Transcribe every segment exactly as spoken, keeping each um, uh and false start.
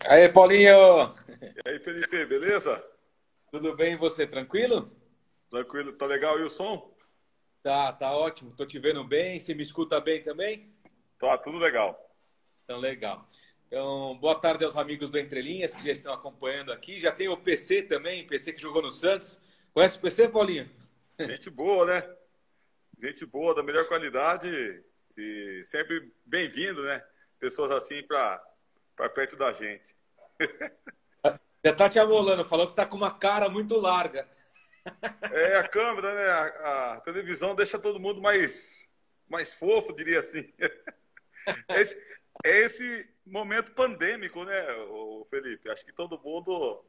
Aí, Paulinho, E aí, Felipe, beleza? tudo bem? E você, tranquilo? Tranquilo, tá legal aí o som? Tá, tá ótimo. Tô te vendo bem. Você me escuta bem também? Tá, tudo legal. Então, legal. Então, boa tarde aos amigos do Entre Linhas que já estão acompanhando aqui. Já tem o P C também, P C que jogou no Santos. Conhece o P C, Paulinho? Gente boa, né? Gente boa, da melhor qualidade e sempre bem-vindo, né? Pessoas assim pra, pra perto da gente. Já tá te amolando, falou que você tá com uma cara muito larga. É a câmera, né? A, a televisão deixa todo mundo mais, mais fofo, diria assim. É esse, é esse momento pandêmico, né, o Felipe? Acho que todo mundo,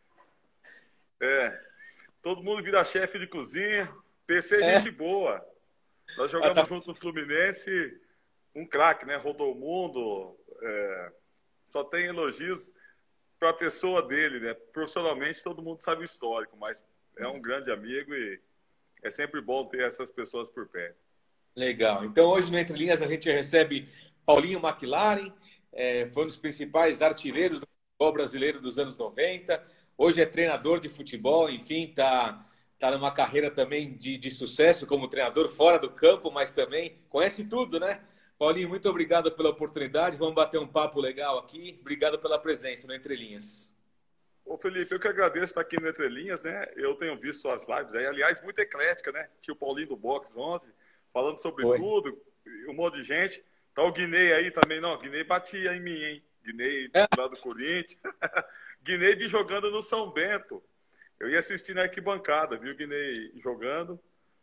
é, todo mundo vira chefe de cozinha. P C é É, gente boa. Nós ah, jogamos tá. junto no Fluminense, um craque, né? Rodou o mundo. É, só tem elogios para a pessoa dele, né? Profissionalmente, todo mundo sabe o histórico, mas é um grande amigo e é sempre bom ter essas pessoas por perto. Legal. Então, hoje no Entre Linhas a gente recebe Paulinho McLaren, é, foi um dos principais artilheiros do futebol brasileiro dos anos noventa. Hoje é treinador de futebol, enfim, está tá numa carreira também de, de sucesso como treinador fora do campo, mas também conhece tudo, né? Paulinho, muito obrigado pela oportunidade. Vamos bater um papo legal aqui. Obrigado pela presença no Entre Linhas. Ô Felipe, eu que agradeço estar aqui no Entre Linhas, né? Eu tenho visto suas lives aí, aliás, muito eclética, né? Tinha o Paulinho do Box ontem, falando sobre Oi. tudo, um monte de gente. Tá o Guinei aí também, não, o Guinei batia em mim, hein? Guinei É, lá do Corinthians. Guinei vi jogando no São Bento. Eu ia assistir na arquibancada, viu o Guinei jogando.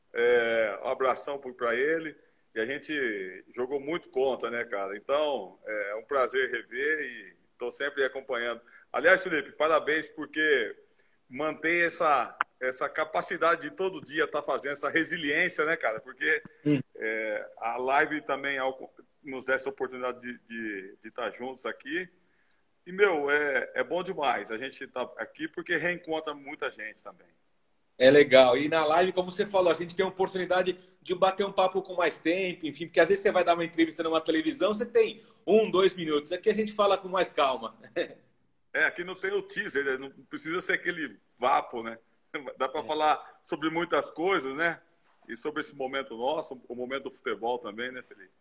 É, um abração para ele. E a gente jogou muito contra, né, cara? Então, é um prazer rever e estou sempre acompanhando. Aliás, Felipe, parabéns porque mantém essa, essa capacidade de todo dia estar tá fazendo essa resiliência, né, cara? Porque é, a live também nos dá essa oportunidade de, de, de estar juntos aqui. E, meu, é, é bom demais. A gente está aqui porque reencontra muita gente também. É legal. E na live, como você falou, a gente tem a oportunidade de bater um papo com mais tempo, enfim, porque às vezes você vai dar uma entrevista numa televisão, você tem um, dois minutos. Aqui a gente fala com mais calma. É, aqui não tem o teaser, né? Não precisa ser aquele vapo, né? Dá para falar sobre muitas coisas, né? E sobre esse momento nosso, o momento do futebol também, né, Felipe?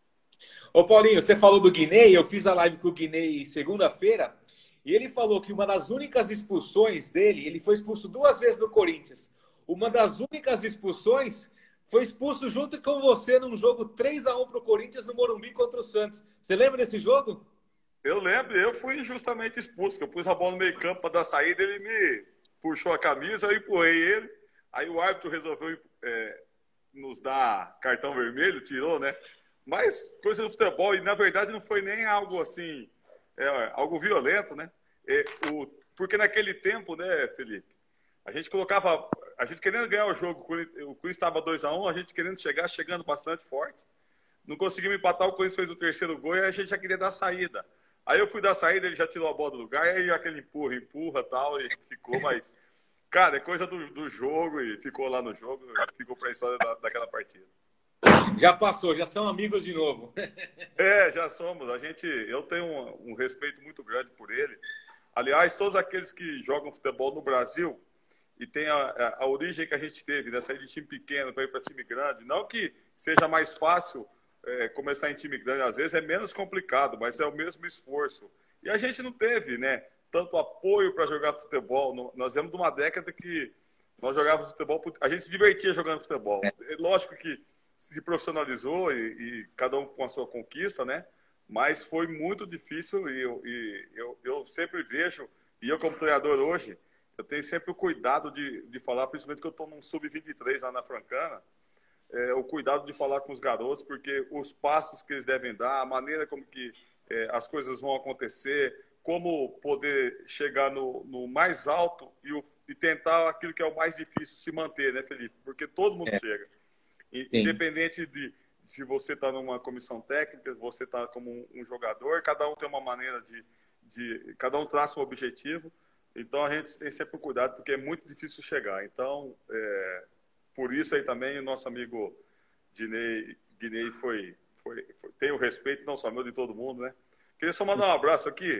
Ô Paulinho, você falou do Guinei, eu fiz a live com o Guinei segunda-feira, e ele falou que uma das únicas expulsões dele, ele foi expulso duas vezes no Corinthians. Uma das únicas expulsões foi expulso junto com você num jogo três a um para o Corinthians no Morumbi contra o Santos. Você lembra desse jogo? Eu lembro, eu fui injustamente expulso, que eu pus a bola no meio campo para dar saída, ele me puxou a camisa, eu empurrei ele, aí o árbitro resolveu é, nos dar cartão vermelho, tirou, né? Mas coisa do futebol, e na verdade não foi nem algo assim, é, algo violento, né? É, o, porque naquele tempo, né, Felipe, a gente colocava, a gente querendo ganhar o jogo, o Corinthians estava dois a um, a gente querendo chegar, chegando bastante forte. Não conseguimos empatar, o Corinthians fez o terceiro gol e a gente já queria dar saída. Aí eu fui dar saída, ele já tirou a bola do lugar, e aí já aquele empurra, empurra tal, e ficou, mas, cara, é coisa do, do jogo, e ficou lá no jogo, ficou para a história da, daquela partida. Já passou, já são amigos de novo. É, já somos, a gente, eu tenho um, um respeito muito grande por ele. Aliás, todos aqueles que jogam futebol no Brasil, e tem a, a, a origem que a gente teve, né, sair de time pequeno para ir para time grande, não que seja mais fácil é, começar em time grande, às vezes é menos complicado, mas é o mesmo esforço. E a gente não teve, né, tanto apoio para jogar futebol. Nós viemos de uma década que nós jogávamos futebol, a gente se divertia jogando futebol. É lógico que se profissionalizou e, e cada um com a sua conquista, né? Mas foi muito difícil e eu, e eu, eu sempre vejo, e eu como treinador hoje, eu tenho sempre o cuidado de, de falar, principalmente que eu estou num sub vinte e três lá na Francana, é, o cuidado de falar com os garotos, porque os passos que eles devem dar, a maneira como que é, as coisas vão acontecer, como poder chegar no, no mais alto e, o, e tentar aquilo que é o mais difícil, se manter, né, Felipe? Porque todo mundo É, chega. sim. Independente de se você está numa comissão técnica, você está como um, um jogador, cada um tem uma maneira de, de... Cada um traça um objetivo, então a gente tem sempre o cuidado, porque é muito difícil chegar. Então, é, por isso aí também o nosso amigo Dinei, Guinei foi, foi, foi, tem o respeito, não só meu, de todo mundo, né? Queria só mandar um abraço aqui.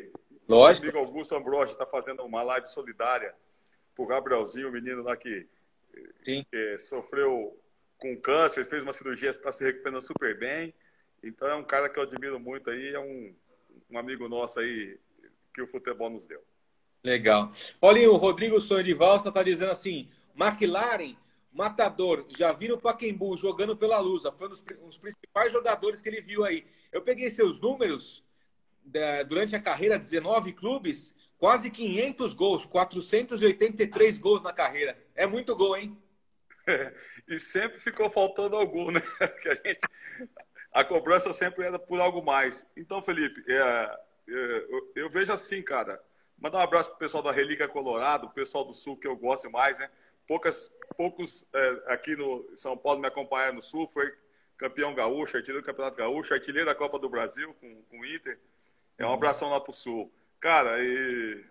Nosso Lógico. amigo Augusto Ambrogi está fazendo uma live solidária para o Gabrielzinho, o menino lá que, Sim. que sofreu com câncer, fez uma cirurgia, está se recuperando super bem. Então é um cara que eu admiro muito aí, é um, um amigo nosso aí que o futebol nos deu. Legal. Paulinho, o Rodrigo Sonho de Valsa está dizendo assim, McLaren, matador, já vi no Pacaembu jogando pela Lusa, foi um dos, um dos principais jogadores que ele viu aí. Eu peguei seus números da, durante a carreira, dezenove clubes, quase quinhentos gols, quatrocentos e oitenta e três gols na carreira. É muito gol, hein? É, e sempre ficou faltando algum, né? Que a gente, a cobrança sempre era por algo mais. Então, Felipe, é, é, eu, eu vejo assim, cara. Mandar um abraço pro pessoal da Relíquia Colorado, o pessoal do Sul que eu gosto mais, né? Poucas, poucos é, aqui no São Paulo me acompanharam no Sul, foi campeão gaúcho, artilheiro do Campeonato Gaúcho, artilheiro da Copa do Brasil com, com o Inter. É um abração lá pro Sul. Cara, e,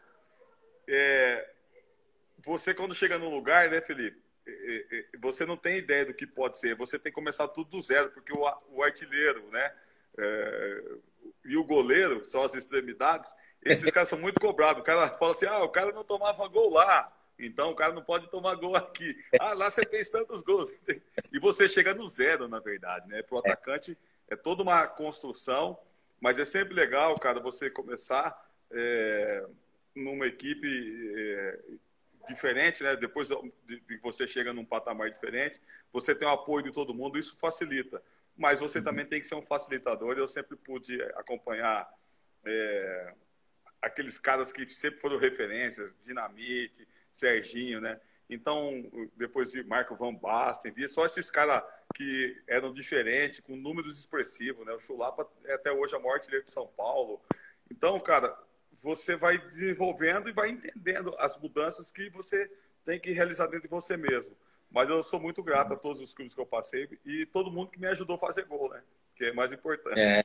é, você quando chega num lugar, né, Felipe? É, é, você não tem ideia do que pode ser. Você tem que começar tudo do zero, porque o, o artilheiro, né? É, e o goleiro, são as extremidades, esses caras são muito cobrados. O cara fala assim, ah, o cara não tomava gol lá, então o cara não pode tomar gol aqui. Ah, lá você fez tantos gols. E você chega no zero, na verdade, né? Para o atacante é toda uma construção, mas é sempre legal, cara, você começar é, numa equipe é, diferente, né? Depois de que você chega num patamar diferente, você tem o apoio de todo mundo, isso facilita. Mas você também tem que ser um facilitador. Eu sempre pude acompanhar é, aqueles caras que sempre foram referências, Dinamite, Serginho, né? Então, depois vi Marco Van Basten, vi só esses caras que eram diferentes, com números expressivos, né? O Chulapa é até hoje a maior artilheiro de São Paulo. Então, cara, você vai desenvolvendo e vai entendendo as mudanças que você tem que realizar dentro de você mesmo. Mas eu sou muito grato a todos os clubes que eu passei e todo mundo que me ajudou a fazer gol, né? Que é mais importante. É.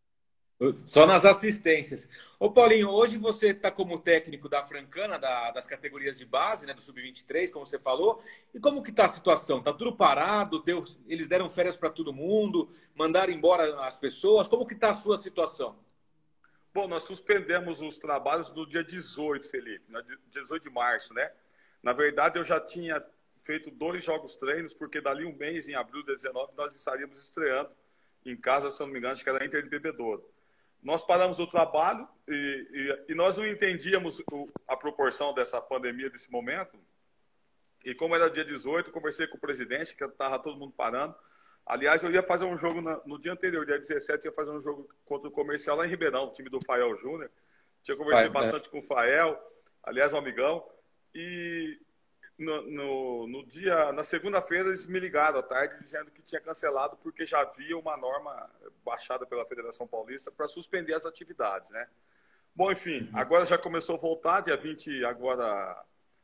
Só nas assistências. Ô Paulinho, hoje você está como técnico da Francana, da, das categorias de base, né, do sub vinte e três, como você falou. E como que está a situação? Está tudo parado? Deu, eles deram férias para todo mundo? Mandaram embora as pessoas? Como que está a sua situação? Bom, nós suspendemos os trabalhos no dia dezoito, Felipe, no dia dezoito de março, né? Na verdade, eu já tinha feito dois jogos treinos, porque dali um mês, em abril de dezenove, nós estaríamos estreando em casa, se eu não me engano, acho que era a Inter de Bebedouro. Nós paramos o trabalho e, e, e nós não entendíamos o, a proporção dessa pandemia, desse momento. E como era dia dezoito, conversei com o presidente, que estava todo mundo parando. Aliás, eu ia fazer um jogo na, no dia anterior, dia dezessete, eu ia fazer um jogo contra o Comercial lá em Ribeirão, o time do Fael Júnior. Tinha conversado bastante com o Fael, aliás, um amigão. E no, no, no dia, na segunda-feira, eles me ligaram à tarde dizendo que tinha cancelado porque já havia uma norma baixada pela Federação Paulista para suspender as atividades, né? Bom, enfim, agora já começou a voltar, dia vinte, agora,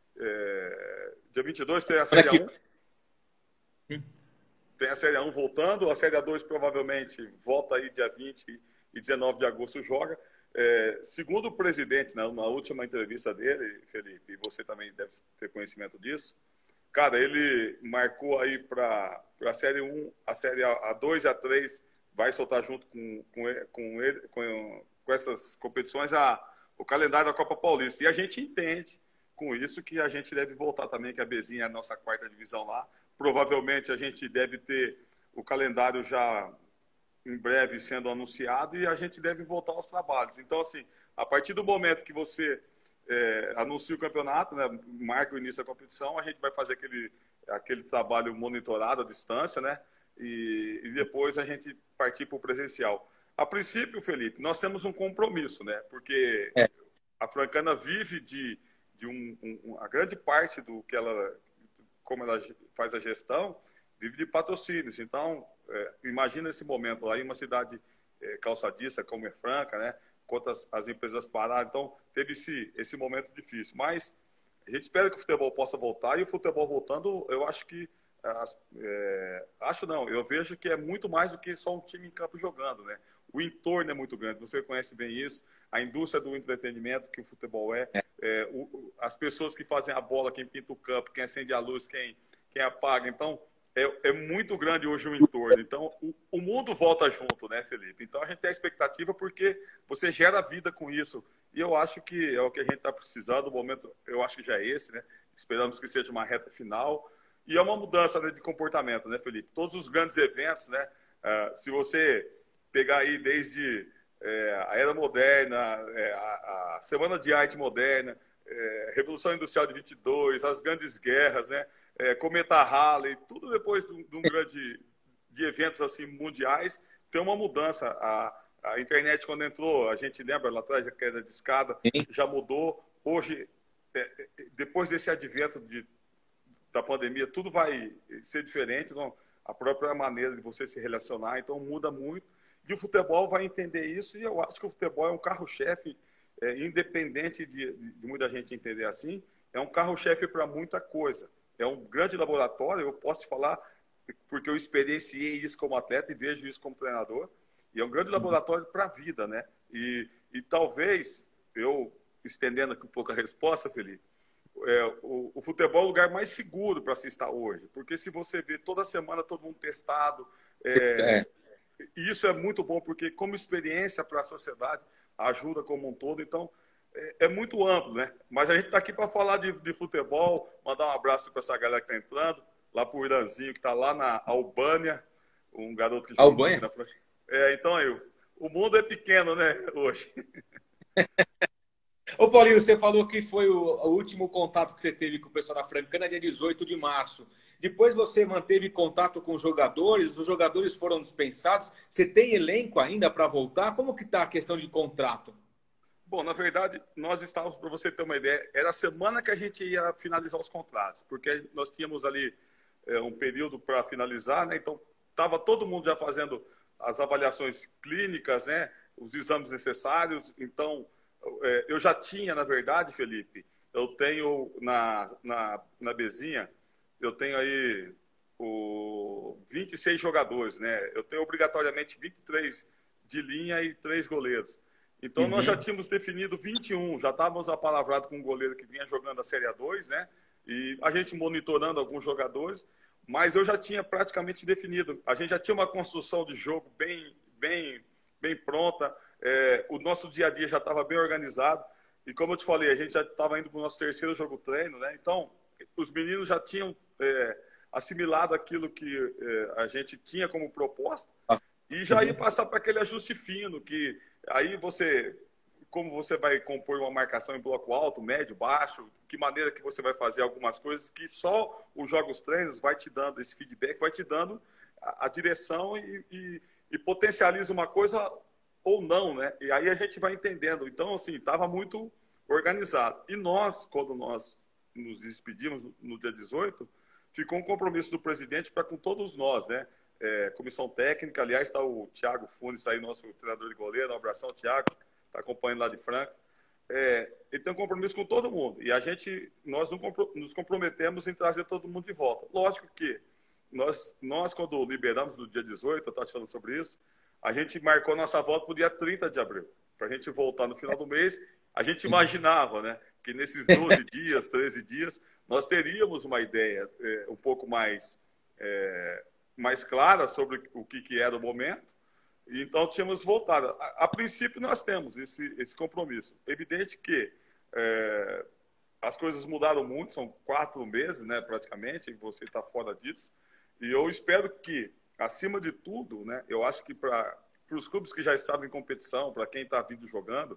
é, dia vinte e dois tem a Série A um. Tem a Série A um voltando, a Série A dois provavelmente volta aí dia vinte e dezenove de agosto joga. É, segundo o presidente, né, na última entrevista dele, Felipe, e você também deve ter conhecimento disso, cara, ele marcou aí para a Série um, a Série A dois e a três vai soltar junto com, com, ele, com, ele, com, com essas competições a, o calendário da Copa Paulista. E a gente entende com isso que a gente deve voltar também, que a Bezinha é a nossa quarta divisão lá. Provavelmente a gente deve ter o calendário já em breve sendo anunciado e a gente deve voltar aos trabalhos. Então, assim, a partir do momento que você é, anuncia o campeonato, né, marca o início da competição, a gente vai fazer aquele, aquele trabalho monitorado à distância, né, e, e depois a gente partir para o presencial. A princípio, Felipe, nós temos um compromisso, né, porque é. a Francana vive de, de um, um, a grande parte do que ela, como ela faz a gestão, vive de patrocínios. Então, é, imagina esse momento lá em uma cidade é, calçadiça como é Franca, né? Quantas as empresas pararam. Então, teve esse, esse momento difícil. Mas a gente espera que o futebol possa voltar e o futebol voltando, eu acho que as, é, acho não, eu vejo que é muito mais do que só um time em campo jogando, né? O entorno é muito grande, você conhece bem isso, a indústria do entretenimento que o futebol é, é o, as pessoas que fazem a bola, quem pinta o campo, quem acende a luz, quem, quem apaga. Então, é, é muito grande hoje o entorno. Então, o, o mundo volta junto, né, Felipe? Então, a gente tem a expectativa porque você gera vida com isso. E eu acho que é o que a gente está precisando. O momento, eu acho que já é esse, né? Esperamos que seja uma reta final. E é uma mudança, né, de comportamento, né, Felipe? Todos os grandes eventos, né? Uh, se você pegar aí desde é, a Era Moderna, é, a, a Semana de Arte Moderna, é, Revolução Industrial de vinte e dois, as grandes guerras, né? É, Cometa Halley, tudo depois de um, de um grande de eventos assim mundiais, tem uma mudança. A, a internet, quando entrou, a gente lembra lá atrás a queda de escada, já mudou. Hoje, é, depois desse advento de, da pandemia, tudo vai ser diferente, não? A própria maneira de você se relacionar, então muda muito. E o futebol vai entender isso, e eu acho que o futebol é um carro-chefe, é, independente de, de muita gente entender assim, é um carro-chefe para muita coisa. É um grande laboratório, eu posso te falar, porque eu experienciei isso como atleta e vejo isso como treinador, e é um grande laboratório para a vida, né? E, e talvez, eu estendendo aqui um pouco a resposta, Felipe, é, o, o futebol é o lugar mais seguro para se estar hoje, porque se você vê toda semana todo mundo testado, é, é. E isso é muito bom, porque como experiência para a sociedade, ajuda como um todo, então é, é muito amplo, né? Mas a gente está aqui para falar de, de futebol, mandar um abraço para essa galera que está entrando, lá para o Iranzinho, que está lá na Albânia, um garoto que joga Albânia? na França. É, então aí, o mundo é pequeno, né, hoje. Ô Paulinho, você falou que foi o, o último contato que você teve com o pessoal da Francana, dia dezoito de março. Depois você manteve contato com os jogadores, os jogadores foram dispensados. Você tem elenco ainda para voltar? Como que está a questão de contrato? Bom, na verdade, nós estávamos, para você ter uma ideia, era a semana que a gente ia finalizar os contratos, porque nós tínhamos ali é, um período para finalizar, né? Então, estava todo mundo já fazendo as avaliações clínicas, né? Os exames necessários. Então, é, eu já tinha, na verdade, Felipe, eu tenho na, na, na Bezinha, eu tenho aí o vinte e seis jogadores, né? Eu tenho obrigatoriamente vinte e três de linha e três goleiros. Então, uhum. nós já tínhamos definido vinte e um, já estávamos apalavrados com um goleiro que vinha jogando a Série A dois, né? E a gente monitorando alguns jogadores, mas eu já tinha praticamente definido. A gente já tinha uma construção de jogo bem, bem, bem pronta, é, o nosso dia a dia já estava bem organizado, e como eu te falei, a gente já estava indo para o nosso terceiro jogo treino, né? Então, os meninos já tinham é, assimilado aquilo que é, a gente tinha como proposta, e já ia passar para aquele ajuste fino, que aí você, como você vai compor uma marcação em bloco alto, médio, baixo, que maneira que você vai fazer algumas coisas que só os jogos treinos vai te dando esse feedback, vai te dando a, a direção e, e, e potencializa uma coisa ou não, né? E aí a gente vai entendendo. Então, assim, estava muito organizado. E nós, quando nós nos despedimos no dia dezoito, ficou um compromisso do presidente para com todos nós, né? É, comissão técnica, aliás, está o Thiago Funes, aí, nosso treinador de goleiro. Um abração, Thiago, está acompanhando lá de Franca. É, ele tem um compromisso com todo mundo, e a gente, nós nos comprometemos em trazer todo mundo de volta. Lógico que nós, nós quando liberamos no dia dezoito, eu estava te falando sobre isso, a gente marcou nossa volta para o dia trinta de abril, para a gente voltar no final do mês. A gente imaginava, né, que nesses doze dias, treze dias, nós teríamos uma ideia é, um pouco mais... É, mais clara sobre o que, que era o momento, e então tínhamos voltado. A, a princípio, nós temos esse, esse compromisso. Evidente que é, as coisas mudaram muito, são quatro meses, né, praticamente, e você está fora disso, e eu espero que, acima de tudo, né, eu acho que para os clubes que já estavam em competição, para quem está vindo jogando,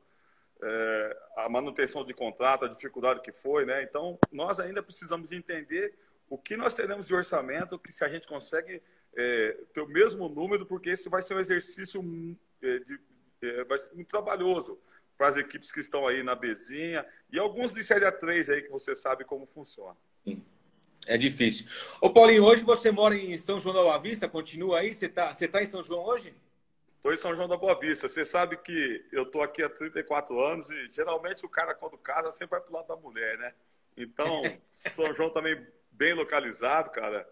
é, a manutenção de contrato, a dificuldade que foi, né, então nós ainda precisamos entender o que nós teremos de orçamento, que se a gente consegue é, ter o mesmo número, porque esse vai ser um exercício é, de, é, vai ser muito trabalhoso para as equipes que estão aí na Bezinha e alguns de Série A três aí que você sabe como funciona. Sim. É difícil. Ô Paulinho, hoje você mora em São João da Boa Vista? Continua aí? Você está você tá em São João hoje? Estou em São João da Boa Vista. Você sabe que eu estou aqui há trinta e quatro anos e geralmente o cara quando casa sempre vai para o lado da mulher, né? Então, São João também bem localizado, cara,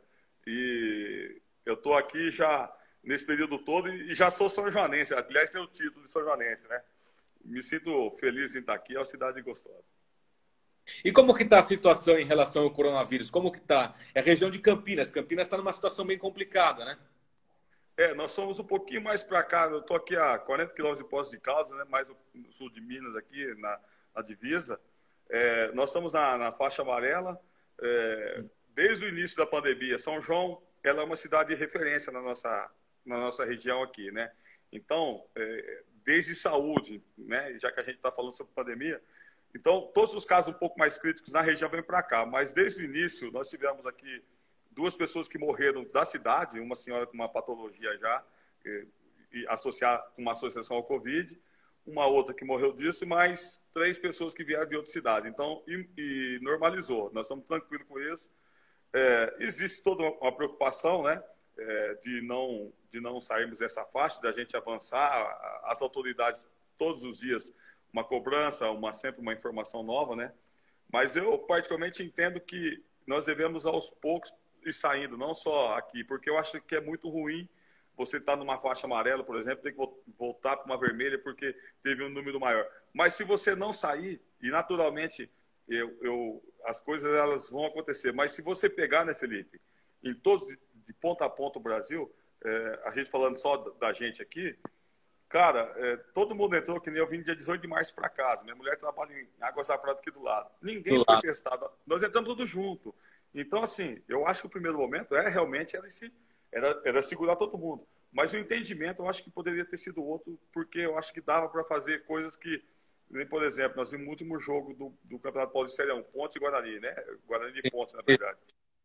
e eu tô aqui já nesse período todo e já sou são joanense, aliás tem o título de são joanense, né? Me sinto feliz em estar aqui, é uma cidade gostosa. E como que está a situação em relação ao coronavírus? Como que está? É a região de Campinas. Campinas está numa situação bem complicada, né? É, nós somos um pouquinho mais para cá. Eu estou aqui a quarenta quilômetros de Poços de Caldas, né? Mais no sul de Minas, aqui na, na divisa. É, nós estamos na, na faixa amarela. É, desde o início da pandemia, São João, ela é uma cidade de referência na nossa, na nossa região aqui, né? Então, é, desde saúde, né? Já que a gente está falando sobre pandemia, então todos os casos um pouco mais críticos na região vêm para cá. Mas desde o início, nós tivemos aqui duas pessoas que morreram da cidade, uma senhora com uma patologia já, e, e associar, com uma associação ao Covid, uma outra que morreu disso, e mais três pessoas que vieram de outra cidade. Então, e, e normalizou. Nós estamos tranquilos com isso. É, existe toda uma preocupação, né, é, de, não, de não sairmos dessa faixa, da gente avançar. As autoridades, todos os dias, uma cobrança, uma, sempre uma informação nova, né? Mas eu, particularmente, entendo que nós devemos, aos poucos, ir saindo, não só aqui, porque eu acho que é muito ruim você estar numa faixa amarela, por exemplo, ter que voltar para uma vermelha porque teve um número maior. Mas se você não sair, e naturalmente eu, eu, as coisas elas vão acontecer, mas se você pegar, né, Felipe, em todos, de ponta a ponta o Brasil, é, a gente falando só da gente aqui, cara, é, todo mundo entrou, que nem eu vim dia dezoito de março para casa, minha mulher trabalha em Águas da Prata aqui do lado, ninguém Do foi lado. testado, nós entramos tudo junto. Então, assim, eu acho que o primeiro momento é realmente era, esse, era, era segurar todo mundo. Mas o entendimento eu acho que poderia ter sido outro, porque eu acho que dava para fazer coisas que, por exemplo, nós vimos o último jogo do, do Campeonato Paulista Série um, Ponte e Guarani, né? Guarani e Ponte, na verdade.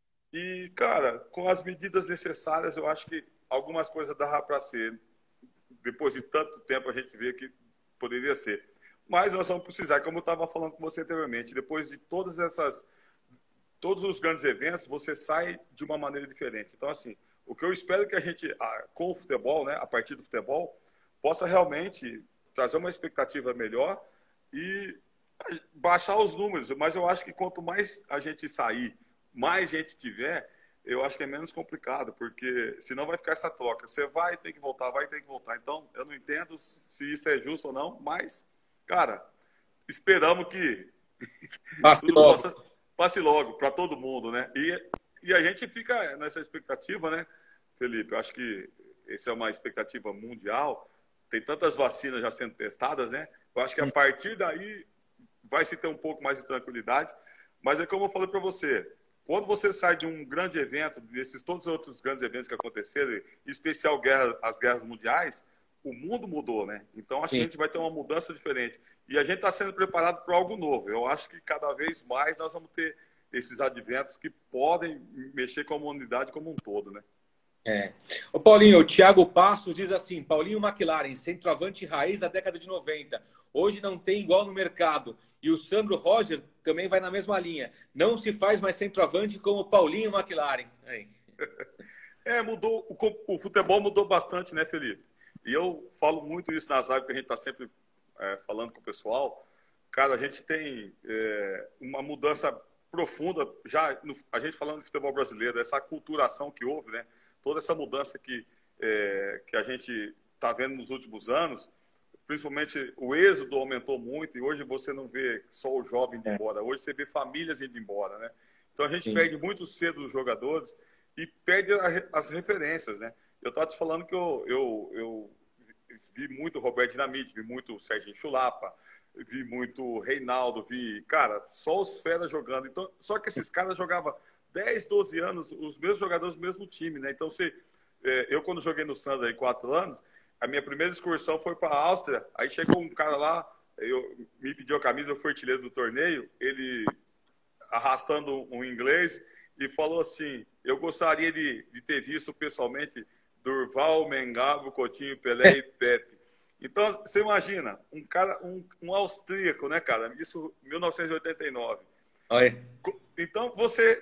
E, cara, com as medidas necessárias, eu acho que algumas coisas dava para ser. Depois de tanto tempo, a gente vê que poderia ser. Mas nós vamos precisar, como eu estava falando com você anteriormente, depois de todas essas... todos os grandes eventos, você sai de uma maneira diferente. Então, assim, o que eu espero é que a gente, com o futebol, né, a partir do futebol, possa realmente trazer uma expectativa melhor e baixar os números. Mas eu acho que quanto mais a gente sair, mais gente tiver, eu acho que é menos complicado, porque senão vai ficar essa troca. Você vai ter que voltar, vai ter que voltar. Então, eu não entendo se isso é justo ou não, mas, cara, esperamos que Passe tudo logo. possa... passe logo para todo mundo, né? E, e a gente fica nessa expectativa, né, Felipe? Eu acho que essa é uma expectativa mundial. Tem tantas vacinas já sendo testadas, né? Eu acho que a partir daí vai se ter um pouco mais de tranquilidade. Mas é como eu falei para você, quando você sai de um grande evento, desses todos os outros grandes eventos que aconteceram, em especial guerra, as guerras mundiais, o mundo mudou, né? Então acho Sim. que a gente vai ter uma mudança diferente. E a gente está sendo preparado para algo novo. Eu acho que cada vez mais nós vamos ter esses adventos que podem mexer com a humanidade como um todo, né? É. Ô Paulinho, o Thiago Passos diz assim, Paulinho McLaren, centroavante raiz da década de noventa. Hoje não tem igual no mercado. E o Sandro Roger também vai na mesma linha. Não se faz mais centroavante como o Paulinho McLaren. Aí. É, mudou. O, o futebol mudou bastante, né, Felipe? E eu falo muito isso nas lives que a gente está sempre é, falando com o pessoal. Cara, a gente tem é, uma mudança profunda, já no, a gente falando de futebol brasileiro, essa aculturação que houve, né? Toda essa mudança que, é, que a gente está vendo nos últimos anos, principalmente o êxodo aumentou muito e hoje você não vê só o jovem indo embora, hoje você vê famílias indo embora, né? Então a gente Sim. perde muito cedo os jogadores e perde as referências, né? Eu estava te falando que eu, eu, eu vi muito o Roberto Dinamite, vi muito o Serginho Chulapa, vi muito o Reinaldo, vi, cara, só os feras jogando. Então, só que esses caras jogavam dez, doze anos, os mesmos jogadores do mesmo time, né? Então, você, eu quando joguei no Santos aí quatro anos, a minha primeira excursão foi para a Áustria, aí chegou um cara lá, eu, me pediu a camisa, eu fui artilheiro do torneio, ele arrastando um inglês e falou assim, eu gostaria de, de ter visto pessoalmente Durval, Mengavo, Coutinho, Pelé e Pepe. Então, você imagina, um cara, um, um austríaco, né, cara? Isso em mil novecentos e oitenta e nove. Oi. Então, você...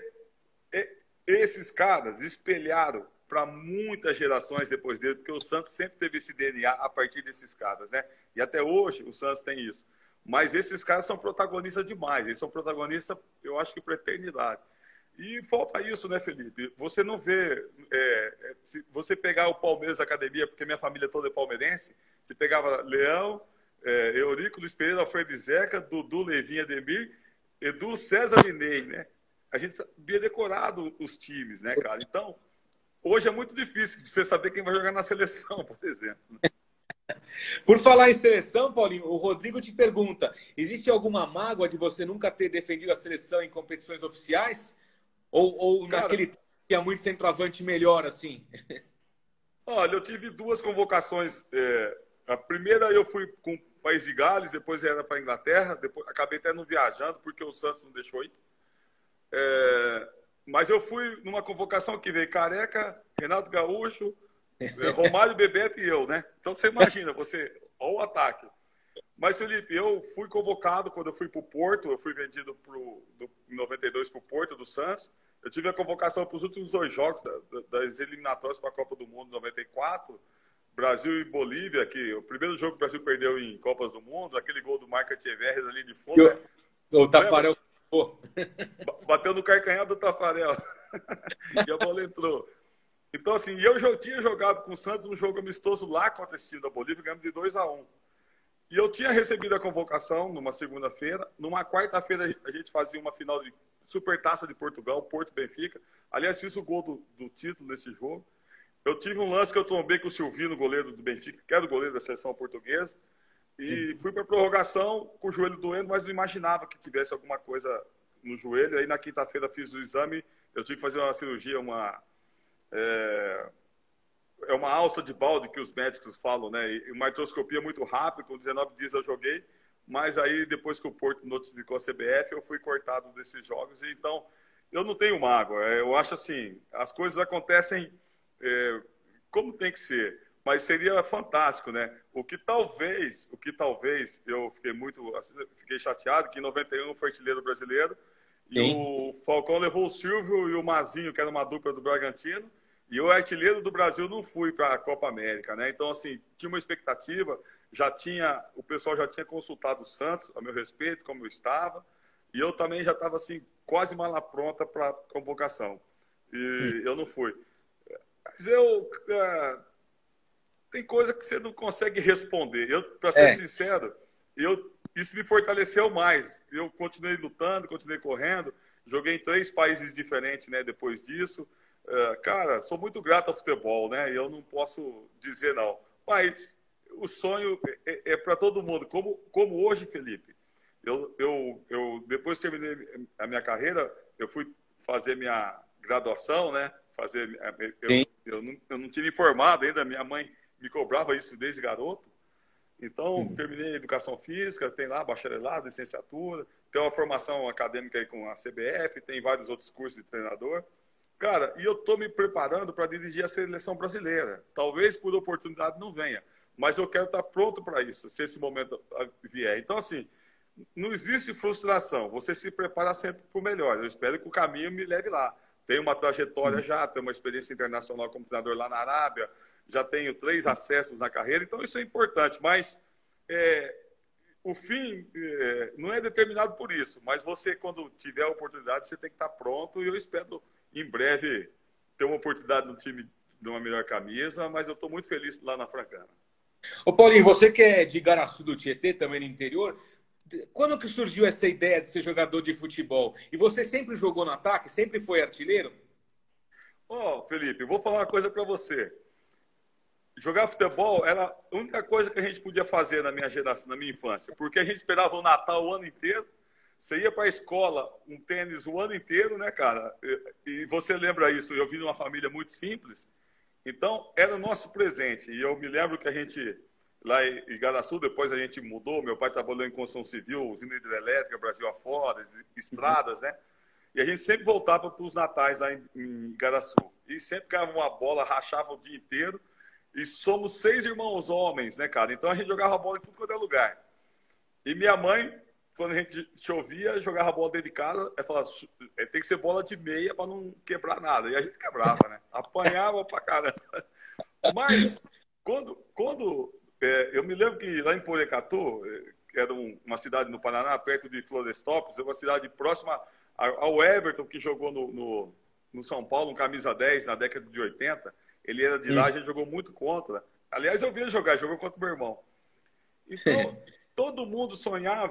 Esses caras espelharam para muitas gerações depois dele, porque o Santos sempre teve esse D N A a partir desses caras, né? E até hoje o Santos tem isso. Mas esses caras são protagonistas demais. Eles são protagonistas, eu acho que para a eternidade. E falta isso, né, Felipe? Você não vê... É, se você pegar o Palmeiras Academia, porque minha família toda é palmeirense, você pegava Leão, é, Eurico, Luiz Pereira, Alfredo Zeca, Dudu, Levinho, Ademir, Edu, César e Ney, né? A gente sabia decorado os times, né, cara? Então, hoje é muito difícil você saber quem vai jogar na seleção, por exemplo. Por falar em seleção, Paulinho, o Rodrigo te pergunta: existe alguma mágoa de você nunca ter defendido a seleção em competições oficiais? Ou, ou Cara, naquele tempo tinha muito centroavante melhor, assim? olha, eu tive duas convocações. É, a primeira eu fui com o País de Gales, depois era para a Inglaterra, depois acabei até não viajando, porque o Santos não deixou ir. É, mas eu fui numa convocação que veio Careca, Renato Gaúcho, Romário, Bebeto e eu, né? Então você imagina, você, olha o ataque. Mas, Felipe, eu fui convocado quando eu fui para o Porto, eu fui vendido pro, do, em noventa e dois para o Porto do Santos. Eu tive a convocação para os últimos dois jogos da, da, das eliminatórias para a Copa do Mundo em noventa e quatro, Brasil e Bolívia, que o primeiro jogo que o Brasil perdeu em Copas do Mundo, aquele gol do Marca Tcheverres ali de fundo. Eu, né? o Tafarel. Bateu no carcanhar do Tafarel. E a bola entrou. Então, assim, eu já tinha jogado com o Santos um jogo amistoso lá contra esse time da Bolívia, ganhamos de dois a um. E eu tinha recebido a convocação numa segunda-feira. Numa quarta-feira, a gente fazia uma final de Supertaça de Portugal, Porto Benfica. Aliás, fiz o gol do, do título nesse jogo. Eu tive um lance que eu trombei com o Silvino, goleiro do Benfica, que era o goleiro da seleção portuguesa. E fui para a prorrogação com o joelho doendo, mas não imaginava que tivesse alguma coisa no joelho. Aí na quinta-feira fiz o exame. Eu tive que fazer uma cirurgia, uma... É... É uma alça de balde que os médicos falam, né? E uma artroscopia muito rápida, com dezenove dias eu joguei, mas aí depois que o Porto notificou a C B F, eu fui cortado desses jogos. E, então, eu não tenho mágoa. Eu acho assim, as coisas acontecem é, como tem que ser, mas seria fantástico, né? O que talvez, o que talvez eu fiquei muito, assim, fiquei chateado que em noventa e um foi artilheiro brasileiro. Sim. E o Falcão levou o Silvio e o Mazinho, que era uma dupla do Bragantino. E o artilheiro do Brasil não fui para a Copa América, né? Então, assim, tinha uma expectativa, já tinha, o pessoal já tinha consultado o Santos, a meu respeito, como eu estava, e eu também já estava, assim, quase mala pronta para a convocação. E hum. eu não fui. Mas eu... É, tem coisa que você não consegue responder. Eu, para ser é. sincero, eu, isso me fortaleceu mais. Eu continuei lutando, continuei correndo, joguei em três países diferentes, né, depois disso. Uh, cara, sou muito grato ao futebol, né? E eu não posso dizer não. Mas o sonho é, é para todo mundo. Como, como hoje, Felipe, eu, eu, eu depois que terminei a minha carreira, eu fui fazer minha graduação, né? Fazer, eu, eu, não, eu não tinha me formado ainda, minha mãe me cobrava isso desde garoto. Então, uhum. terminei a educação física, tem lá bacharelado, licenciatura, tem uma formação acadêmica aí com a C B F, tem vários outros cursos de treinador. Cara, e eu estou me preparando para dirigir a seleção brasileira. Talvez por oportunidade não venha, mas eu quero estar pronto para isso, se esse momento vier. Então, assim, não existe frustração. Você se prepara sempre para o melhor. Eu espero que o caminho me leve lá. Tenho uma trajetória já, tenho uma experiência internacional como treinador lá na Arábia, já tenho três acessos na carreira, então isso é importante. Mas é, o fim é, não é determinado por isso, mas você, quando tiver a oportunidade, você tem que estar pronto e eu espero... em breve, ter uma oportunidade no time de uma melhor camisa, mas eu estou muito feliz lá na Francana. Ô Paulinho, você que é de Igaraçu do Tietê, também no interior, quando que surgiu essa ideia de ser jogador de futebol? E você sempre jogou no ataque? Sempre foi artilheiro? Ó, oh, Felipe, vou falar uma coisa para você. Jogar futebol era a única coisa que a gente podia fazer na minha geração, na minha infância, porque a gente esperava o Natal o ano inteiro. Você ia para a escola, um tênis o ano inteiro, né, cara? E você lembra isso, eu vim de uma família muito simples. Então, era o nosso presente. E eu me lembro que a gente, lá em Igaraçu, depois a gente mudou, meu pai trabalhou em construção civil, usina hidrelétrica, Brasil afora, estradas, né? E a gente sempre voltava para os natais lá em Igaraçu. E sempre ganhava uma bola, rachava o dia inteiro. E somos seis irmãos homens, né, cara? Então a gente jogava bola em tudo quanto é lugar. E minha mãe... quando a gente chovia, jogava bola dentro de casa, aí falava, tem que ser bola de meia para não quebrar nada. E a gente quebrava, né? Apanhava pra caramba. Mas, quando, quando é, eu me lembro que lá em Porecatu, que era um, uma cidade no Paraná, perto de Florestópolis, é uma cidade próxima ao Everton, que jogou no, no, no São Paulo, um camisa dez, na década de oitenta. Ele era de lá, a gente jogou muito contra. Aliás, eu vi ele jogar, jogou contra o meu irmão. Então, todo mundo sonhava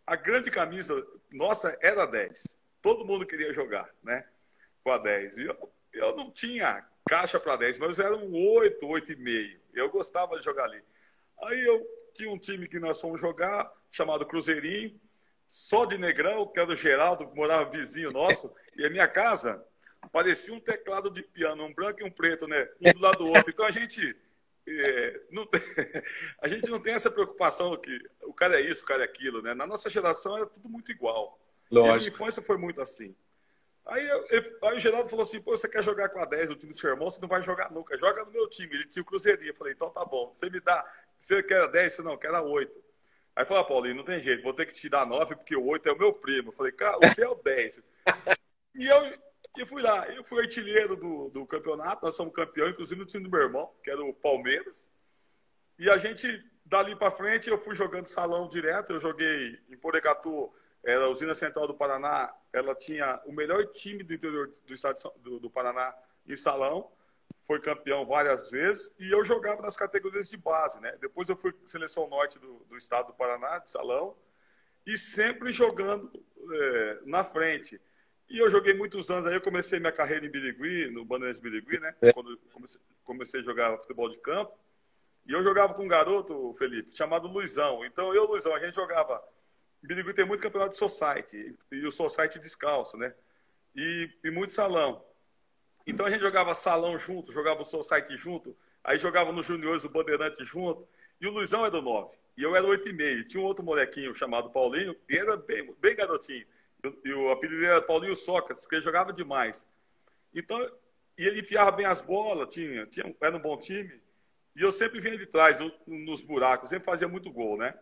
a grande camisa nossa era dez. Todo mundo queria jogar, né? Com a dez. E eu, eu não tinha caixa para dez, mas eu era um oito, oito e meio. Eu gostava de jogar ali. Aí eu tinha um time que nós fomos jogar, chamado Cruzeirinho, só de negrão, que era o Geraldo, que morava vizinho nosso. E a minha casa parecia um teclado de piano, um branco e um preto, né? Um do lado do outro. Então a gente... É, não tem, a gente não tem essa preocupação que o cara é isso, o cara é aquilo, né? Na nossa geração era tudo muito igual. Lógico. E a minha infância foi muito assim. Aí, eu, eu, aí o Geraldo falou assim, pô, você quer jogar com a dez, o time do seu irmão, você não vai jogar nunca, joga no meu time. Ele tinha o Cruzeirinho. Eu falei, então tá bom, você me dá, você quer a dez? Eu falei, não, eu quero a oito. Aí falou, ah, Paulinho, não tem jeito, vou ter que te dar nove, porque o oito é o meu primo. Eu falei, cara, você é o dez. E eu... E fui lá, eu fui artilheiro do, do campeonato, nós somos campeão, inclusive no time do meu irmão, que era o Palmeiras. E a gente, dali para frente, eu fui jogando salão direto, eu joguei em Porecatu, era a usina central do Paraná, ela tinha o melhor time do interior do estado do, do Paraná em salão, foi campeão várias vezes, e eu jogava nas categorias de base, né? Depois eu fui seleção norte do, do estado do Paraná, de salão, e sempre jogando é, na frente. E eu joguei muitos anos, aí eu comecei minha carreira em Birigui, no Bandeirantes de Birigui, né? É. Quando eu comecei, comecei a jogar futebol de campo. E eu jogava com um garoto, Felipe, chamado Luizão. Então eu e o Luizão, a gente jogava... Em Birigui tem muito campeonato de society, e o society descalço, né? E, e muito salão. Então a gente jogava salão junto, jogava o society junto, aí jogava nos juniores do Bandeirante junto. E o Luizão era o nove, e eu era o oito e meio. Tinha um outro molequinho chamado Paulinho, e era bem, bem garotinho. E o apelido era Paulinho Sócrates, que ele jogava demais. Então, e ele enfiava bem as bolas, tinha, tinha, era um bom time. E eu sempre vinha de trás, no, nos buracos, sempre fazia muito gol, né?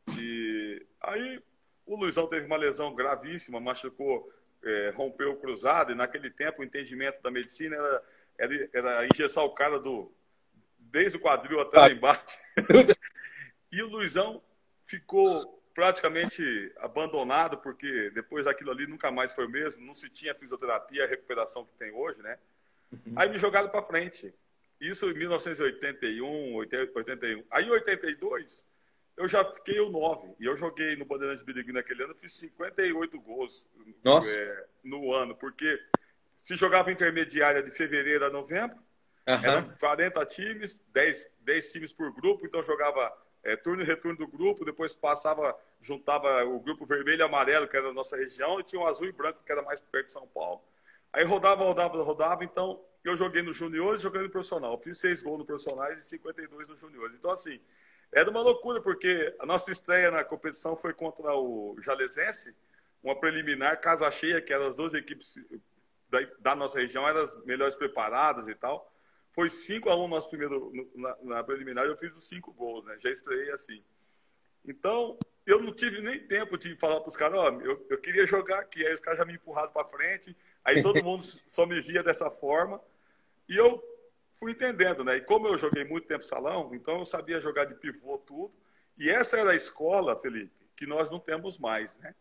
E aí o Luizão teve uma lesão gravíssima, machucou, é, rompeu o cruzado, e naquele tempo o entendimento da medicina era, era, era engessar o cara do, desde o quadril até lá embaixo. E o Luizão ficou praticamente abandonado, porque depois daquilo ali nunca mais foi o mesmo, não se tinha fisioterapia, a recuperação que tem hoje, né? Uhum. Aí me jogaram para frente. Isso em mil novecentos e oitenta e um, oitenta e um. Aí em oitenta e dois, eu já fiquei o nove. E eu joguei no Bandeirantes de Birigui naquele ano, fiz cinquenta e oito gols é, no ano, porque se jogava intermediária de fevereiro a novembro, uhum. Eram quarenta times, dez, dez times por grupo, então jogava... É, turno e retorno do grupo, depois passava, juntava o grupo vermelho e amarelo, que era da nossa região, e tinha o azul e branco, que era mais perto de São Paulo. Aí rodava, rodava, rodava, então eu joguei no juniores e joguei no profissional. Eu fiz seis gols no profissionais e cinquenta e dois no juniores. Então, assim, era uma loucura, porque a nossa estreia na competição foi contra o Jalesense, uma preliminar, casa cheia, que eram as duas equipes da, da nossa região, eram as melhores preparadas e tal. Foi cinco a um nosso primeiro, na, na preliminar, eu fiz os cinco gols, né? Já estreiei assim. Então, eu não tive nem tempo de falar para os caras, ó, oh, eu, eu queria jogar aqui. Aí os caras já me empurraram para frente, aí todo mundo só me via dessa forma. E eu fui entendendo, né? E como eu joguei muito tempo salão, então eu sabia jogar de pivô tudo. E essa era a escola, Felipe, que nós não temos mais, né?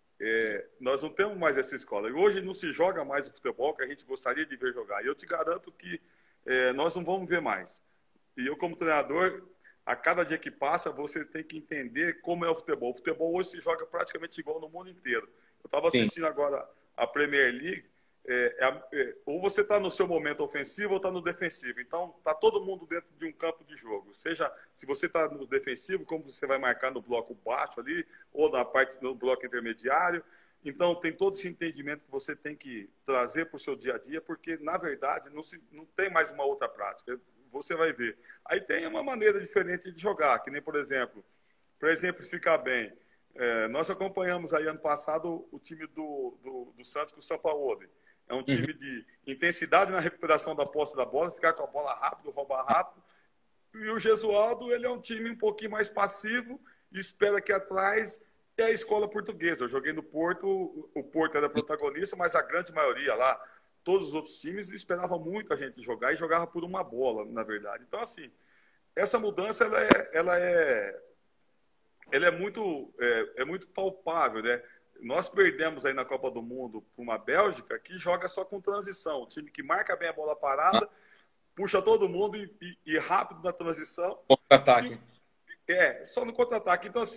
É, nós não temos mais essa escola. E hoje não se joga mais o futebol que a gente gostaria de ver jogar. E eu te garanto que É, nós não vamos ver mais. E eu, como treinador, a cada dia que passa, você tem que entender como é o futebol. O futebol hoje se joga praticamente igual no mundo inteiro. Eu estava assistindo agora a Premier League. É, é, ou você está no seu momento ofensivo ou está no defensivo. Então, está todo mundo dentro de um campo de jogo. Seja, se você está no defensivo, como você vai marcar no bloco baixo ali, ou na parte do bloco intermediário. Então, tem todo esse entendimento que você tem que trazer para o seu dia a dia, porque, na verdade, não, se, não tem mais uma outra prática. Você vai ver. Aí tem uma maneira diferente de jogar, que nem, por exemplo, para exemplificar bem, é, nós acompanhamos aí ano passado o time do, do, do Santos com o Sampaoli. É um time uhum. de intensidade na recuperação da posse da bola, ficar com a bola rápido, roubar rápido. E o Gesualdo, ele é um time um pouquinho mais passivo e espera que atrás... É a escola portuguesa. Eu joguei no Porto, o Porto era protagonista, mas a grande maioria lá, todos os outros times esperavam muito a gente jogar e jogava por uma bola, na verdade. Então, assim, essa mudança, ela é, ela é, ela é, muito, é, é muito palpável, né? Nós perdemos aí na Copa do Mundo para uma Bélgica que joga só com transição. O time que marca bem a bola parada, puxa todo mundo e, e, e rápido na transição. Contra-ataque. É, só no contra-ataque. Então, assim...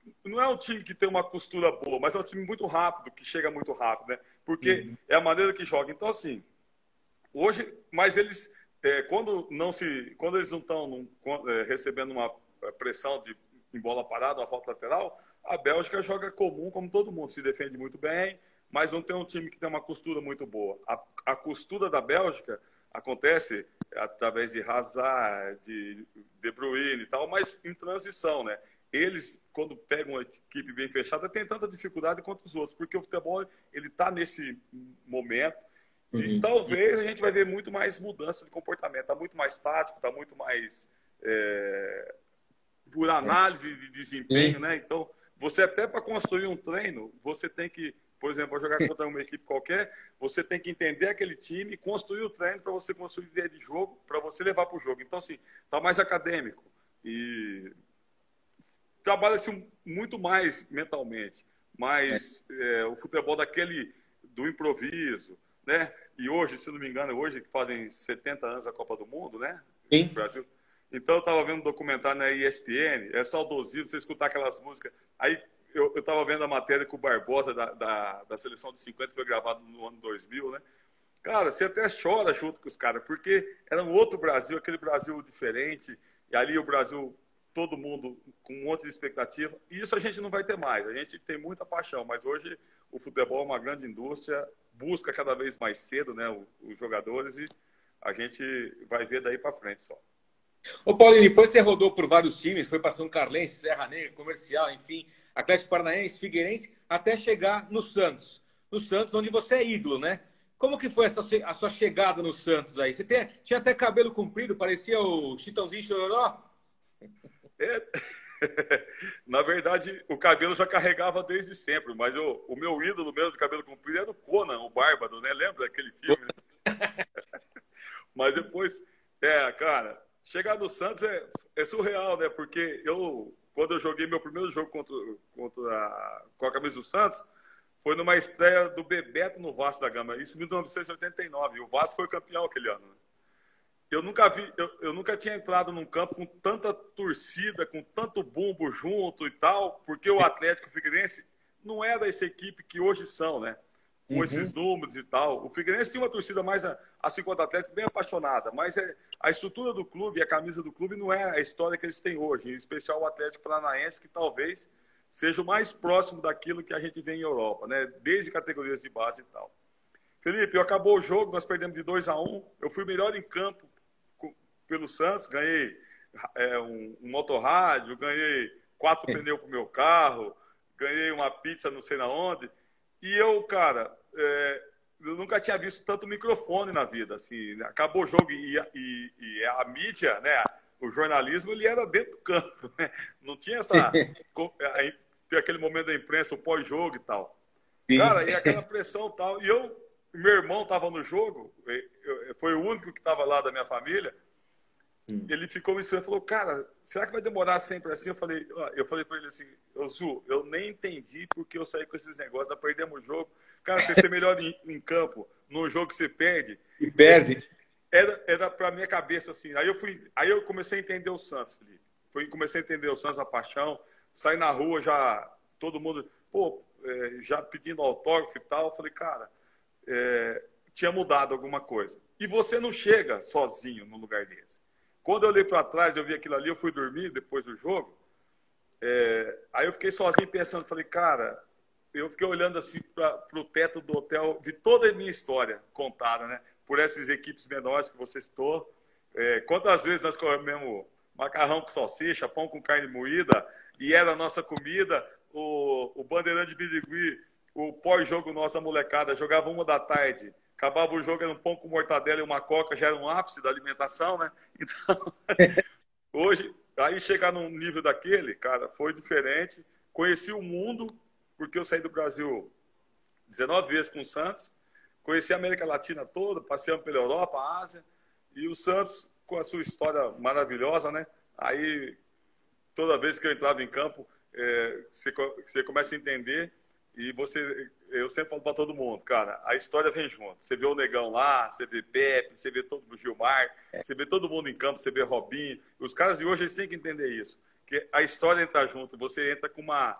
não é um time que tem uma costura boa, mas é um time muito rápido, que chega muito rápido, né? Porque uhum. é a maneira que joga. Então, assim, hoje, mas eles, é, quando, não se, quando eles não estão é, recebendo uma pressão de em bola parada, uma falta lateral, a Bélgica joga comum, como todo mundo, se defende muito bem, mas não tem um time que tem uma costura muito boa. A, a costura da Bélgica acontece através de Hazard, de De Bruyne e tal, mas em transição, né? Eles, quando pegam uma equipe bem fechada, tem tanta dificuldade quanto os outros, porque o futebol ele está nesse momento uhum. e talvez a gente vai ver muito mais mudança de comportamento, está muito mais tático, está muito mais é, por análise de desempenho, Sim. né? Então, você até para construir um treino, você tem que, por exemplo, para jogar contra uma equipe qualquer, você tem que entender aquele time, construir o treino para você construir ideia de jogo, para você levar para o jogo. Então, assim, está mais acadêmico e trabalha-se muito mais mentalmente, mas é. É, o futebol daquele do improviso, né? E hoje, se não me engano, hoje que fazem setenta anos da Copa do Mundo, né? Sim. No Brasil. Então eu estava vendo um documentário na E S P N, é saudosismo, você escutar aquelas músicas. Aí eu estava vendo a matéria que o Barbosa da, da, da seleção de cinquenta foi gravado no ano dois mil, né? Cara, você até chora junto com os caras, porque era um outro Brasil, aquele Brasil diferente, e ali o Brasil todo mundo com um monte de expectativa. E isso a gente não vai ter mais. A gente tem muita paixão, mas hoje o futebol é uma grande indústria, busca cada vez mais cedo, né, os jogadores, e a gente vai ver daí para frente só. Ô Paulinho, depois você rodou por vários times, foi para São Carlense, Serra Negra, Comercial, enfim, Atlético Paranaense, Figueirense, até chegar no Santos. No Santos, onde você é ídolo, né? Como que foi essa, a sua chegada no Santos aí? Você tem, tinha até cabelo comprido, parecia o Chitãozinho Chororó? É. Na verdade, o cabelo já carregava desde sempre, mas eu, o meu ídolo mesmo de cabelo comprido era o Conan, o Bárbaro, né? Lembra daquele filme? Né? Mas depois, é, cara, chegar no Santos é, é surreal, né? Porque eu, quando eu joguei meu primeiro jogo contra, contra a, com a camisa do Santos, foi numa estreia do Bebeto no Vasco da Gama, isso em mil novecentos e oitenta e nove, e o Vasco foi campeão aquele ano, né? Eu nunca vi, eu, eu nunca tinha entrado num campo com tanta torcida, com tanto bumbo junto e tal, porque o Atlético Figueirense não era essa equipe que hoje são, né? Com uhum. esses números e tal. O Figueirense tinha uma torcida mais, assim quanto o Atlético, bem apaixonada, mas é, a estrutura do clube e a camisa do clube não é a história que eles têm hoje, em especial o Atlético Paranaense, que talvez seja o mais próximo daquilo que a gente vê em Europa, né? Desde categorias de base e tal. Felipe, acabou o jogo, nós perdemos de dois a um, eu fui melhor em campo pelo Santos, ganhei é, um, um motorrádio, ganhei quatro é. pneus para o meu carro, ganhei uma pizza não sei na onde, e eu, cara, é, eu nunca tinha visto tanto microfone na vida, assim, né? Acabou o jogo e, e, e a mídia, né, o jornalismo, ele era dentro do campo, né? Não tinha essa, tem aquele momento da imprensa, o pós-jogo e tal. Sim. Cara, e aquela pressão e tal, e eu, meu irmão estava no jogo, foi o único que estava lá da minha família. Ele ficou me ensinando e falou, cara, será que vai demorar sempre assim? Eu falei, eu falei para ele assim, Zu, eu nem entendi porque eu saí com esses negócios, nós perdemos o jogo. Cara, você ser melhor em, em campo, num jogo que você perde. E perde. Era, era pra minha cabeça assim. Aí eu, fui, aí eu comecei a entender o Santos, Felipe. Fui, comecei a entender o Santos, a paixão. Saí na rua já, todo mundo, pô, é, já pedindo autógrafo e tal. Eu falei, cara, é, tinha mudado alguma coisa. E você não chega sozinho num lugar desse. Quando eu olhei para trás, eu vi aquilo ali, eu fui dormir depois do jogo. É, aí eu fiquei sozinho pensando, falei, cara, eu fiquei olhando assim para o teto do hotel, vi toda a minha história contada, né? Por essas equipes menores que você citou. É, quantas vezes nós comemos macarrão com salsicha, pão com carne moída, e era a nossa comida, o, o bandeirão de birigui, o pós-jogo nosso da molecada, jogava uma da tarde. Acabava o jogo, era um pão com mortadela e uma coca, já era um ápice da alimentação, né? Então, hoje, aí chegar num nível daquele, cara, foi diferente. Conheci o mundo, porque eu saí do Brasil dezenove vezes com o Santos. Conheci a América Latina toda, passeando pela Europa, Ásia. E o Santos, com a sua história maravilhosa, né? Aí, toda vez que eu entrava em campo, é, você, você começa a entender. E você, eu sempre falo para todo mundo, cara, a história vem junto. Você vê o Negão lá, você vê Pepe, você vê todo o Gilmar, é. Você vê todo mundo em campo, você vê Robinho. Os caras de hoje, eles têm que entender isso. que a história entra junto, você entra com uma,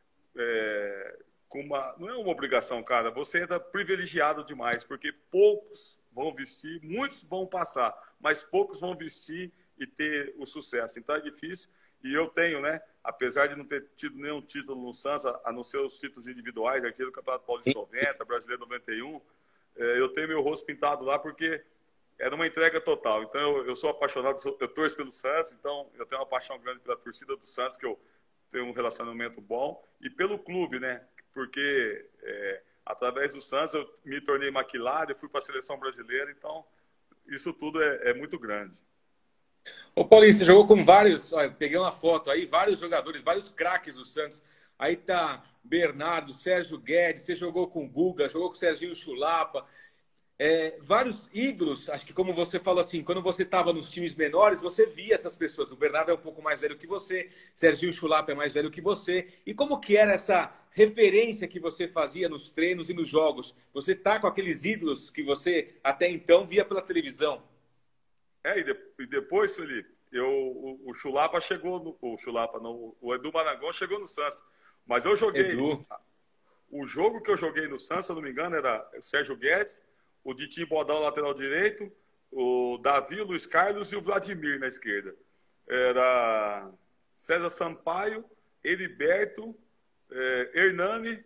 é, com uma... Não é uma obrigação, cara, você entra privilegiado demais, porque poucos vão vestir, muitos vão passar, mas poucos vão vestir e ter o sucesso. Então é difícil, e eu tenho, né, apesar de não ter tido nenhum título no Santos, a não ser os títulos individuais, aqui do Campeonato Paulista noventa, Brasileiro noventa e um, é, eu tenho meu rosto pintado lá porque era uma entrega total. Então eu, eu sou apaixonado, eu torço pelo Santos, então eu tenho uma paixão grande pela torcida do Santos, que eu tenho um relacionamento bom, e pelo clube, né, porque é, através do Santos eu me tornei McLaren, fui para a seleção brasileira, então isso tudo é, é muito grande. Ô Paulinho, você jogou com vários, olha, peguei uma foto aí, vários jogadores, vários craques do Santos. Aí tá Bernardo, Sérgio Guedes, você jogou com o Guga, jogou com o Serginho Chulapa. É, vários ídolos, acho que como você falou assim, quando você estava nos times menores, você via essas pessoas. O Bernardo é um pouco mais velho que você, Serginho Chulapa é mais velho que você. E como que era essa referência que você fazia nos treinos e nos jogos? Você tá com aqueles ídolos que você até então via pela televisão? É, e, de, e depois, Felipe, eu, o, o Chulapa chegou, no, o Chulapa não, o Edu Marangon chegou no Santos, mas eu joguei, Edu. O jogo que eu joguei no Santos, se eu não me engano, era o Sérgio Guedes, o Ditinho Bodão, lateral direito, o Davi, o Luiz Carlos e o Vladimir na esquerda. Era César Sampaio, Heriberto, eh, Hernani,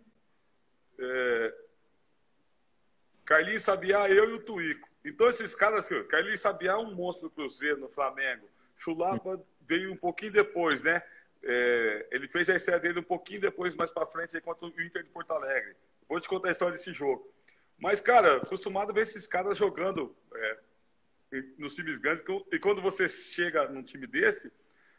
eh, Carlinhos Sabiá, eu e o Tuico. Então, esses caras, Carlinhos Sabiá é um monstro do Cruzeiro, no Flamengo. Chulapa veio um pouquinho depois, né? É, ele fez a estreia dele um pouquinho depois, mais para frente, aí, contra o Inter de Porto Alegre. Vou te contar a história desse jogo. Mas, cara, acostumado a ver esses caras jogando é, nos times grandes. E quando você chega num time desse,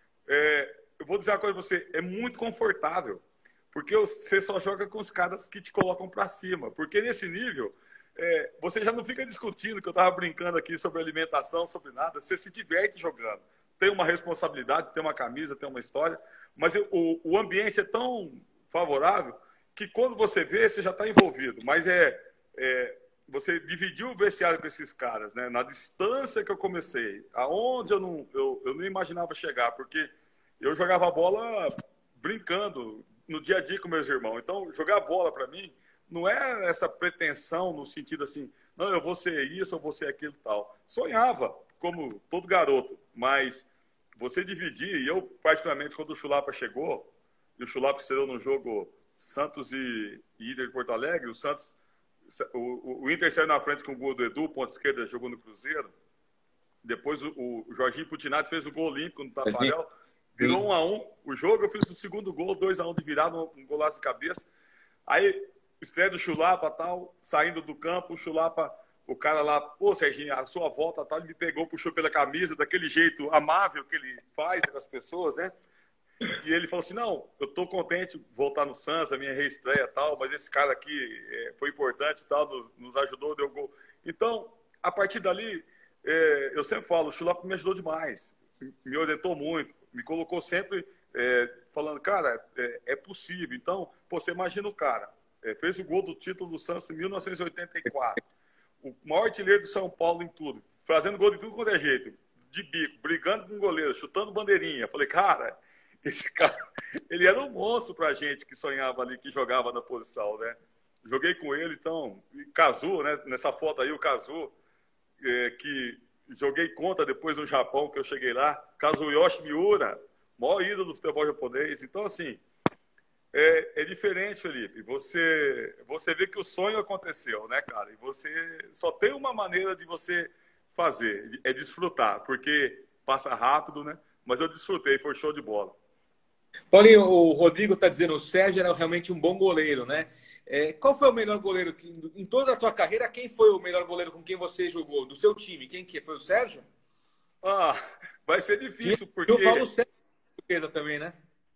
é, eu vou dizer uma coisa para você, é muito confortável. Porque você só joga com os caras que te colocam para cima. Porque nesse nível... É, você já não fica discutindo, que eu estava brincando aqui sobre alimentação, sobre nada. Você se diverte jogando. Tem uma responsabilidade, tem uma camisa, tem uma história. Mas o, o ambiente é tão favorável que quando você vê, você já está envolvido. Mas é, é você dividiu o vestiário com esses caras, né? Na distância que eu comecei, aonde eu não, eu, eu não imaginava chegar, porque eu jogava bola brincando no dia a dia com meus irmãos. Então, jogar bola para mim não é essa pretensão no sentido assim, não, eu vou ser isso, eu vou ser aquilo e tal. Sonhava, como todo garoto, mas você dividir, e eu particularmente, quando o Chulapa chegou, e o Chulapa estreou no jogo Santos e, e Inter de Porto Alegre, o Santos, o, o Inter saiu na frente com o gol do Edu, ponta esquerda, jogou no Cruzeiro, depois o, o Jorginho Putinati fez o gol olímpico no Tafarel, virou um a um o jogo, eu fiz o segundo gol, dois a um de virada, um golaço de cabeça, aí... Estreia do Chulapa, tal, saindo do campo, o Chulapa, o cara lá, pô, Serginho, a sua volta, tal, ele me pegou, puxou pela camisa, daquele jeito amável que ele faz com as pessoas, né? E ele falou assim, não, eu tô contente de voltar no Santos, a minha reestreia, tal, mas esse cara aqui é, foi importante, tal, nos, nos ajudou, deu gol. Então, a partir dali, é, eu sempre falo, o Chulapa me ajudou demais, me orientou muito, me colocou sempre é, falando, cara, é, é possível. Então, pô, você imagina o cara, É, fez o gol do título do Santos em mil novecentos e oitenta e quatro. O maior artilheiro do São Paulo em tudo. Fazendo gol de tudo quanto é jeito. De bico, brigando com o goleiro, chutando bandeirinha. Falei, cara, esse cara, ele era um monstro pra gente que sonhava ali, que jogava na posição, né? Joguei com ele, então, Kazu, né? Nessa foto aí, o Kazu, é, que joguei contra depois no Japão, que eu cheguei lá. Kazuyoshi Miura, maior ídolo do futebol japonês. Então, assim... É, é diferente, Felipe. Você, você vê que o sonho aconteceu, né, cara? E você só tem uma maneira de você fazer, é desfrutar, porque passa rápido, né? Mas eu desfrutei, foi show de bola. Paulinho, o Rodrigo está dizendo que o Sérgio era realmente um bom goleiro, né? É, qual foi o melhor goleiro que, em toda a tua carreira? Quem foi o melhor goleiro com quem você jogou? Do seu time? Quem que foi? O Sérgio? Ah, vai ser difícil, porque... E o Paulo César também, né?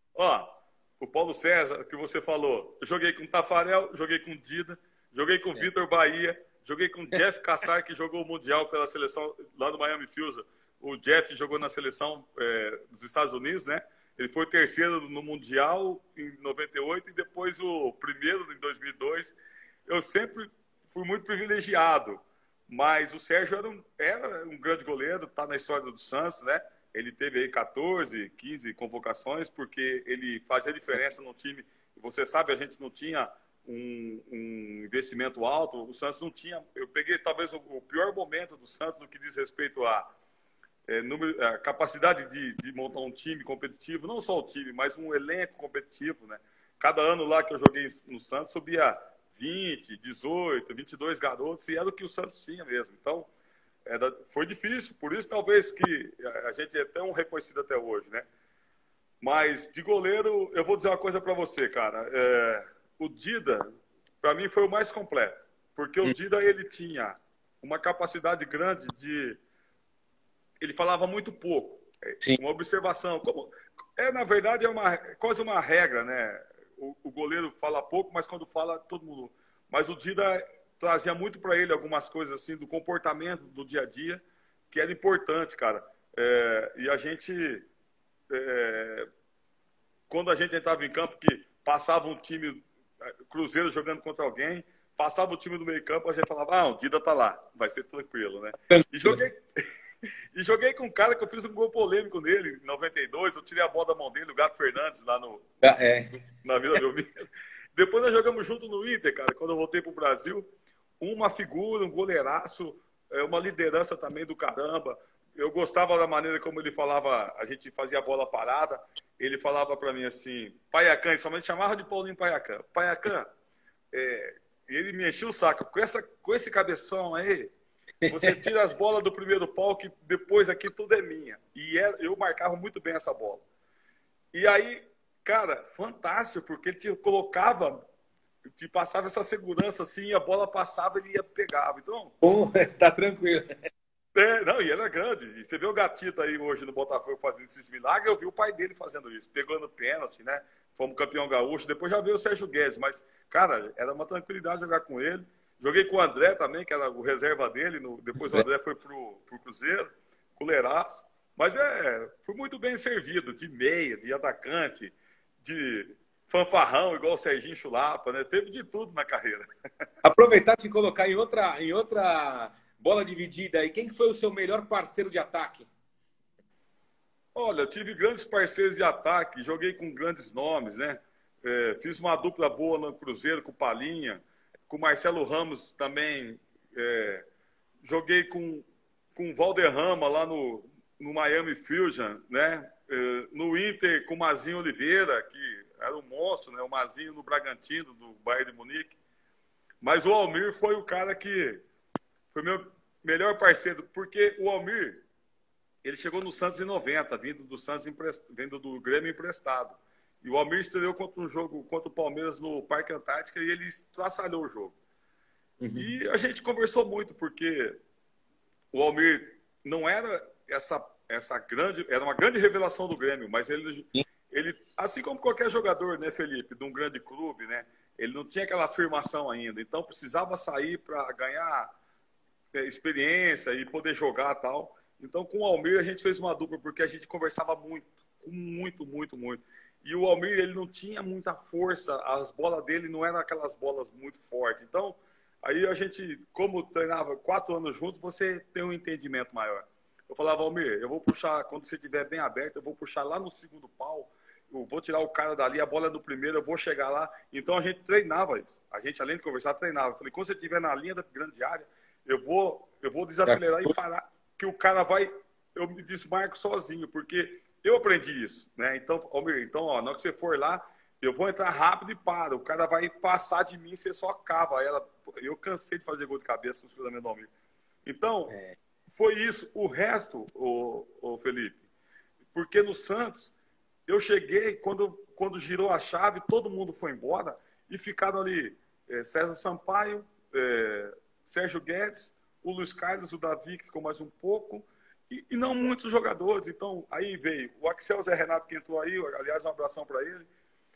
Ó, o Paulo César, que você falou, eu joguei com o Tafarel, joguei com o Dida, joguei com o é. Vitor Bahia, joguei com o Jeff Cassar, que jogou o Mundial pela seleção lá do Miami Fusion. O Jeff jogou na seleção é, dos Estados Unidos, né? Ele foi o terceiro no Mundial em noventa e oito e depois o primeiro em dois mil e dois. Eu sempre fui muito privilegiado, mas o Sérgio era um, era um grande goleiro, está na história do Santos, né? ele teve aí quatorze, quinze convocações, porque ele fazia diferença no time. Você sabe, a gente não tinha um, um investimento alto, o Santos não tinha. Eu peguei talvez o, o pior momento do Santos no que diz respeito a, é, número, a capacidade de, de montar um time competitivo, não só o time, mas um elenco competitivo, né? Cada ano lá que eu joguei no Santos subia vinte, dezoito, vinte e dois garotos, e era o que o Santos tinha mesmo. Então, era, foi difícil, por isso talvez que a gente é tão reconhecido até hoje, né? Mas de goleiro, eu vou dizer uma coisa para você, cara. É, o Dida, para mim, foi o mais completo, porque o Dida, ele tinha uma capacidade grande de... Ele falava muito pouco. Sim. Uma observação. Como, é, na verdade, é uma, quase uma regra, né? O, o goleiro fala pouco, mas quando fala, todo mundo... Mas o Dida trazia muito para ele algumas coisas assim do comportamento do dia a dia, que era importante, cara. É, e a gente... É, quando a gente entrava em campo, que passava um time, Cruzeiro jogando contra alguém, passava o time do meio campo, a gente falava, ah, o Dida tá lá, vai ser tranquilo, né? E joguei... E joguei com um cara que eu fiz um gol polêmico nele, em noventa e dois. Eu tirei a bola da mão dele, o Gato Fernandes, lá no, ah, é. na Vila Belmiro. Depois nós jogamos junto no Inter, cara, quando eu voltei pro Brasil. Uma figura, um goleiraço, uma liderança também do caramba. Eu gostava da maneira como ele falava, a gente fazia a bola parada. Ele falava para mim assim, Paiacan, ele somente chamava de Paulinho Paiacan. Paiacan, é, ele me encheu o saco. Com, essa, com esse cabeção aí, você tira as bolas do primeiro pau, que depois aqui tudo é minha. E eu marcava muito bem essa bola. E aí, cara, fantástico, porque ele te colocava, te passava essa segurança assim, a bola passava, ele ia pegava. Então, bom, tá tranquilo. É, não, e era grande. E você vê o Gatito aí hoje no Botafogo fazendo esses milagres, eu vi o pai dele fazendo isso, pegando pênalti, né? Fomos campeão gaúcho, depois já veio o Sérgio Guedes, mas, cara, era uma tranquilidade jogar com ele. Joguei com o André também, que era o reserva dele. No... Depois o André foi pro, pro Cruzeiro, goleiraço. Mas é, fui muito bem servido, de meia, de atacante, de fanfarrão, igual o Serginho Chulapa, né? Teve de tudo na carreira. Aproveitar e te colocar em outra, em outra bola dividida aí. Quem foi o seu melhor parceiro de ataque? Olha, eu tive grandes parceiros de ataque, joguei com grandes nomes, né? É, fiz uma dupla boa no Cruzeiro com o Palinha. Com o Marcelo Ramos também, é, joguei com, com o Valderrama lá no, no Miami Fusion, né? É, no Inter com o Mazinho Oliveira, que era um monstro, né? O Mazinho no Bragantino, do Bayern de Munique. Mas o Almir foi o cara que foi meu melhor parceiro, porque o Almir, ele chegou no Santos em noventa, vindo do, Santos emprest... vindo do Grêmio emprestado. E o Almir estreou contra um jogo contra o Palmeiras no Parque Antártica e ele estraçalhou o jogo. Uhum. E a gente conversou muito, porque o Almir não era essa, essa grande... Era uma grande revelação do Grêmio, mas ele, ele, assim como qualquer jogador, né, Felipe, de um grande clube, né, ele não tinha aquela afirmação ainda. Então precisava sair para ganhar é, experiência e poder jogar e tal. Então com o Almir a gente fez uma dupla, porque a gente conversava muito, muito, muito, muito. E o Almir, ele não tinha muita força, as bolas dele não eram aquelas bolas muito fortes. Então, aí a gente, como treinava quatro anos juntos, você tem um entendimento maior. Eu falava, Almir, eu vou puxar, quando você estiver bem aberto, eu vou puxar lá no segundo pau, eu vou tirar o cara dali, a bola é do primeiro, eu vou chegar lá. Então a gente treinava isso. A gente, além de conversar, treinava. Eu falei, quando você estiver na linha da grande área, eu vou, eu vou desacelerar e parar, que o cara vai, eu me desmarco sozinho, porque... Eu aprendi isso, né? Então, Almir, então, ó, na hora que você for lá, eu vou entrar rápido e paro. O cara vai passar de mim, você só cava ela. Eu cansei de fazer gol de cabeça nos cruzamentos do Almir. Então, é. foi isso. O resto, o, o Felipe, porque no Santos, eu cheguei, quando, quando girou a chave, todo mundo foi embora e ficaram ali é, César Sampaio, é, Sérgio Guedes, o Luiz Carlos, o Davi, que ficou mais um pouco, E, e não muitos jogadores. Então, aí veio o Axel Zé Renato, que entrou aí, aliás, um abração para ele.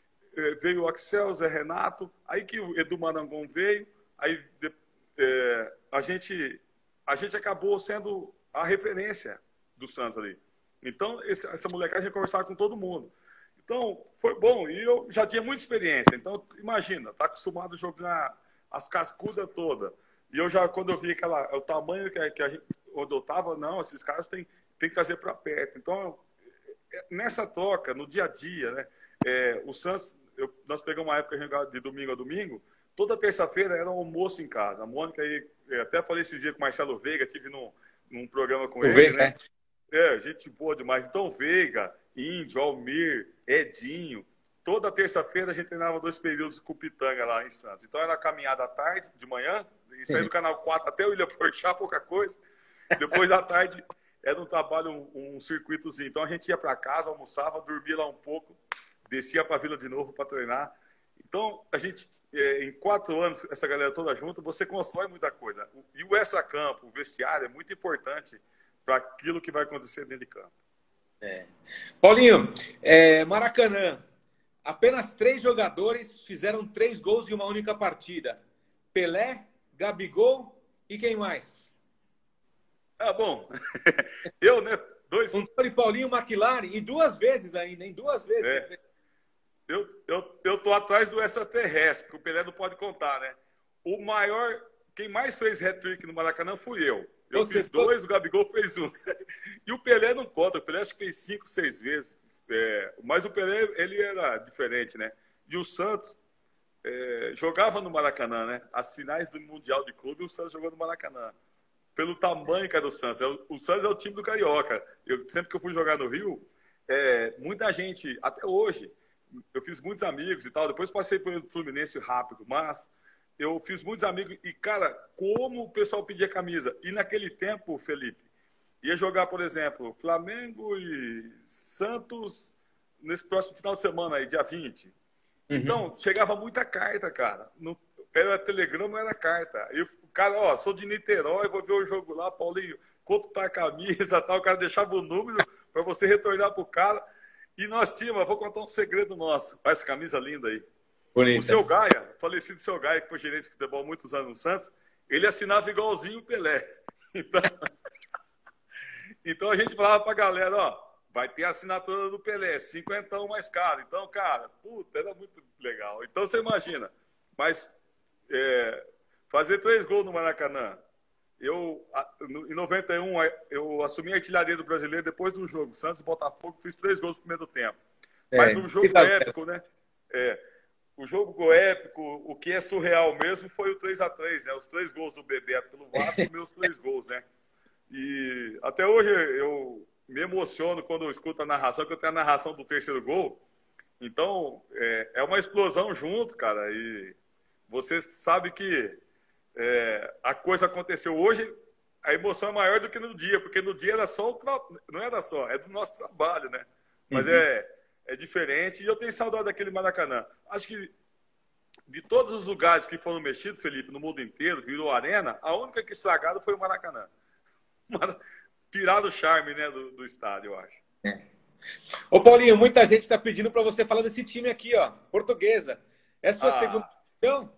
É, veio o Axel Zé Renato, aí que o Edu Marangon veio, aí de, é, a, gente, a gente acabou sendo a referência do Santos ali. Então, esse, essa molecagem conversava com todo mundo. Então, foi bom. E eu já tinha muita experiência. Então, imagina, tá acostumado a jogar as cascudas todas. E eu já, quando eu vi aquela, o tamanho que, que a gente, onde eu tava, não, esses caras têm... tem que trazer para perto. Então, nessa troca, no dia a dia, né? É, o Santos, eu, nós pegamos uma época de domingo a domingo, toda terça-feira era um almoço em casa. A Mônica aí, até falei esses dias com o Marcelo Veiga, tive num, num programa com O ele, Veiga, né? É, gente boa demais. Então, Veiga, Índio, Almir, Edinho, toda terça-feira a gente treinava dois períodos com o Pitanga lá em Santos. Então, era caminhada à tarde, de manhã, e saía do Canal quatro até o Ilha Porchá, pouca coisa. Depois, à tarde, era um trabalho, um, um circuitozinho. Então, a gente ia para casa, almoçava, dormia lá um pouco, descia para a Vila de novo para treinar. Então, a gente, é, em quatro anos, essa galera toda junto, você constrói muita coisa. E o extra-campo, o vestiário, é muito importante para aquilo que vai acontecer dentro de campo. É. Paulinho, é, Maracanã, apenas três jogadores fizeram três gols em uma única partida. Pelé, Gabigol e quem mais? Ah, bom. Eu, né? Dois... Um e Paulinho McLaren, e duas vezes ainda, em duas vezes. É. Eu, eu, eu tô atrás do extraterrestre, que o Pelé não pode contar, né? O maior, quem mais fez hat-trick no Maracanã fui eu. Eu Você fiz dois, foi... o Gabigol fez um. E o Pelé não conta, o Pelé acho que fez cinco, seis vezes. É, mas o Pelé, ele era diferente, né? E o Santos é, jogava no Maracanã, né? As finais do Mundial de Clube, o Santos jogou no Maracanã. Pelo tamanho que era o Santos. O Santos é o time do Carioca. Eu, sempre que eu fui jogar no Rio, é, muita gente, até hoje, eu fiz muitos amigos e tal. Depois passei pelo Fluminense rápido, mas eu fiz muitos amigos. E, cara, como o pessoal pedia camisa. E naquele tempo, Felipe, ia jogar, por exemplo, Flamengo e Santos nesse próximo final de semana aí, dia vinte. Uhum. Então, chegava muita carta, cara. No, era telegrama, era carta. E o cara, ó, sou de Niterói, vou ver o jogo lá, Paulinho, quanto tá a camisa, tal. O cara deixava o número para você retornar pro cara. E nós tínhamos, vou contar um segredo nosso. Olha essa camisa linda aí. Bonita. O seu Gaia, falecido seu Gaia, que foi gerente de futebol há muitos anos no Santos, ele assinava igualzinho o Pelé. Então, então a gente falava pra galera, ó, vai ter a assinatura do Pelé, cinquentão mais caro. Então, cara, puta, era muito legal. Então você imagina, mas é, fazer três gols no Maracanã. Eu, em noventa e um, eu assumi a artilharia do Brasileiro depois do jogo. Santos e Botafogo, fiz três gols no primeiro tempo. É, mas um jogo épico, né? É, o jogo épico, o que é surreal mesmo, foi o três a três, né? Os três gols do Bebeto pelo Vasco e meus três gols, né? E até hoje eu me emociono quando eu escuto a narração, que eu tenho a narração do terceiro gol. Então, é, é uma explosão junto, cara. E você sabe que É, a coisa aconteceu hoje, a emoção é maior do que no dia, porque no dia era só o tra... não era só, é do nosso trabalho, né? Mas uhum. é, é diferente, e eu tenho saudade daquele Maracanã. Acho que de todos os lugares que foram mexidos, Felipe, no mundo inteiro, virou arena, a única que estragaram foi o Maracanã. Tiraram o charme, né, do, do estádio, eu acho. É. Ô Paulinho, muita gente está pedindo para você falar desse time aqui, ó, Portuguesa. É sua ah. segunda opção?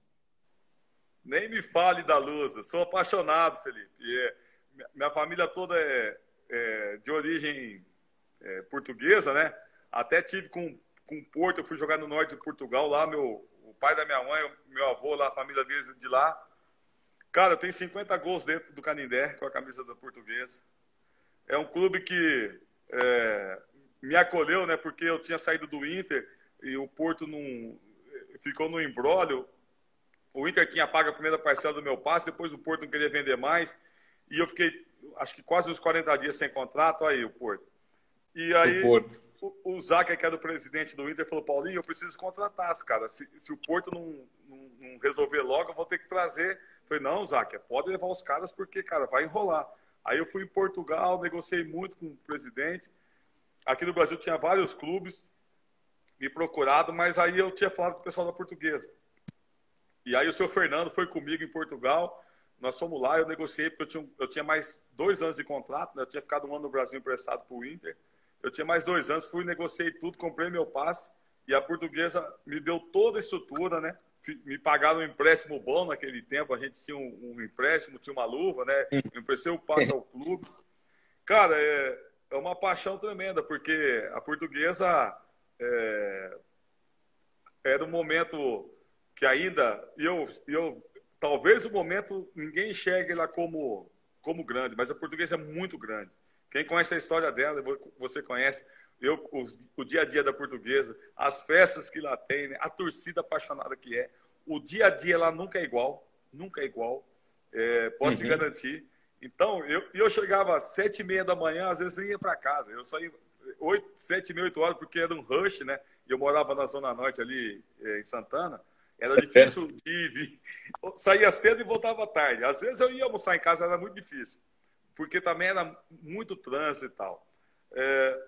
Nem me fale da Lusa. Sou apaixonado, Felipe. E é, minha família toda é, é de origem é, portuguesa, né? Até tive com, com Porto, eu fui jogar no norte de Portugal, lá meu, o pai da minha mãe, meu avô lá, a família deles de lá. Cara, eu tenho cinquenta gols dentro do Canindé com a camisa da Portuguesa. É um clube que é, me acolheu, né? Porque eu tinha saído do Inter e o Porto não, ficou no imbróglio. O Inter tinha pago a primeira parcela do meu passe, depois o Porto não queria vender mais. E eu fiquei, acho que quase uns quarenta dias sem contrato. Aí, o Porto. E aí, o, o, o Zaca, que era o presidente do Inter, falou, Paulinho, eu preciso contratar, cara. Se, se o Porto não, não, não resolver logo, eu vou ter que trazer. Eu falei, não, Zaca, pode levar os caras, porque, cara, vai enrolar. Aí eu fui em Portugal, negociei muito com o presidente. Aqui no Brasil tinha vários clubes me procurado, mas aí eu tinha falado com o pessoal da Portuguesa. E aí o seu Fernando foi comigo em Portugal, nós fomos lá, eu negociei, porque eu tinha, eu tinha mais dois anos de contrato, né? Eu tinha ficado um ano no Brasil emprestado para o Inter, eu tinha mais dois anos, fui, negociei tudo, comprei meu passe, e a Portuguesa me deu toda a estrutura, né? Me pagaram um empréstimo bom naquele tempo, a gente tinha um, um empréstimo, tinha uma luva, né? Eu emprestei o passe ao clube. Cara, é, é uma paixão tremenda, porque a Portuguesa é, era um momento... que ainda, eu, eu, talvez o momento ninguém enxergue ela como, como grande, mas a Portuguesa é muito grande. Quem conhece a história dela, você conhece. Eu, o, o dia a dia da Portuguesa, as festas que lá tem, né? A torcida apaixonada que é. O dia a dia lá nunca é igual, nunca é igual, é, posso uhum. te garantir. Então, eu, eu chegava às sete e meia da manhã, às vezes nem ia para casa. Eu saía oito, sete e meia, oito horas, porque era um rush, né? E eu morava na Zona Norte, ali é, em Santana. Era difícil de ir. Saía cedo e voltava tarde. Às vezes eu ia almoçar em casa, era muito difícil. Porque também era muito trânsito e tal. É,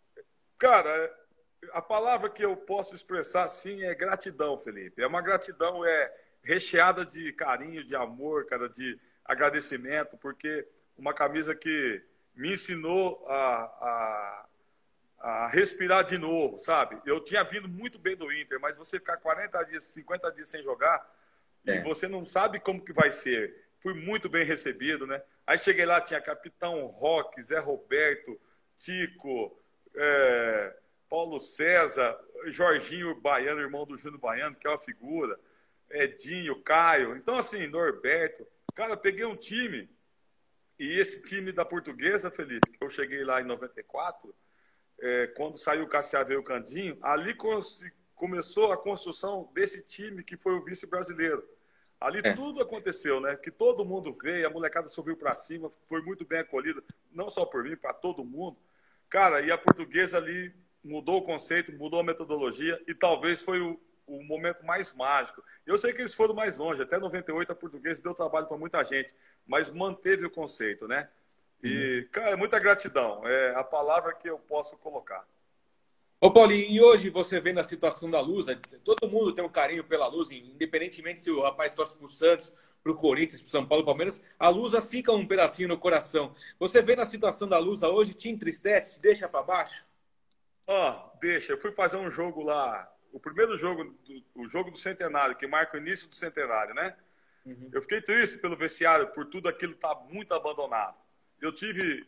cara, a palavra que eu posso expressar, sim, é gratidão, Felipe. É uma gratidão é recheada de carinho, de amor, cara, de agradecimento, porque uma camisa que me ensinou a, a, a respirar de novo, sabe? Eu tinha vindo muito bem do Inter, mas você ficar quarenta dias, cinquenta dias sem jogar, é. e você não sabe como que vai ser. Fui muito bem recebido, né? Aí cheguei lá, tinha Capitão Roque, Zé Roberto, Tico, é, Paulo César, Jorginho Baiano, irmão do Júnior Baiano, que é uma figura, Edinho, Caio. Então, assim, Norberto. Cara, eu peguei um time, e esse time da Portuguesa, Felipe, que eu cheguei lá em noventa e quatro, é, quando saiu o Cassiave e o Candinho, ali começou a construção desse time que foi o vice-brasileiro. Ali é. tudo aconteceu, né? Que todo mundo veio, a molecada subiu para cima, foi muito bem acolhida, não só por mim, para todo mundo. Cara, e a Portuguesa ali mudou o conceito, mudou a metodologia e talvez foi o, o momento mais mágico. Eu sei que eles foram mais longe, até noventa e oito a Portuguesa deu trabalho para muita gente, mas manteve o conceito, né? E, uhum. cara, é muita gratidão, é a palavra que eu posso colocar. Ô, Paulinho, e hoje você vê na situação da Lusa, todo mundo tem um carinho pela Lusa, independentemente se o rapaz torce para o Santos, para o Corinthians, para o São Paulo, Palmeiras, a Lusa fica um pedacinho no coração. Você vê na situação da Lusa hoje, te entristece, te deixa para baixo? Ó, oh, deixa. Eu fui fazer um jogo lá, o primeiro jogo, do, o jogo do centenário, que marca o início do centenário, né? Uhum. Eu fiquei triste pelo vestiário, por tudo aquilo estar tá muito abandonado. Eu tive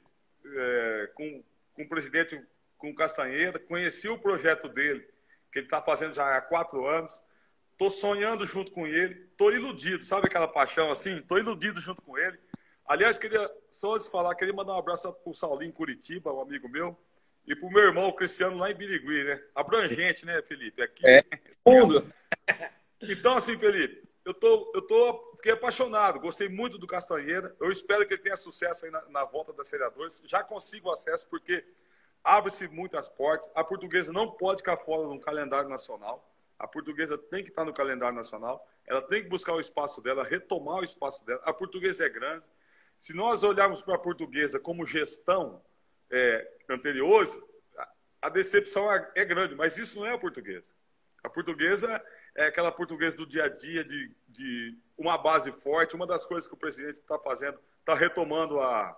é, com, com o presidente... com o Castanheira, conheci o projeto dele, que ele está fazendo já há quatro anos. Estou sonhando junto com ele, estou iludido, sabe aquela paixão assim? Estou iludido junto com ele. Aliás, queria só antes de falar, queria mandar um abraço para o Saulinho em Curitiba, um amigo meu, e para o meu irmão, o Cristiano, lá em Birigui, né? Abrangente, né, Felipe? Aqui. É, tudo. Então, assim, Felipe, eu tô, eu tô, fiquei apaixonado, gostei muito do Castanheira. Eu espero que ele tenha sucesso aí na, na volta da Série dois. Já consigo acesso, porque abre-se muitas portas. A Portuguesa não pode ficar fora de um calendário nacional. A Portuguesa tem que estar no calendário nacional. Ela tem que buscar o espaço dela, retomar o espaço dela. A Portuguesa é grande. Se nós olharmos para a Portuguesa como gestão é, anteriores, a decepção é, é grande, mas isso não é a Portuguesa. A Portuguesa é aquela Portuguesa do dia a dia, de, de uma base forte. Uma das coisas que o presidente está fazendo, está retomando a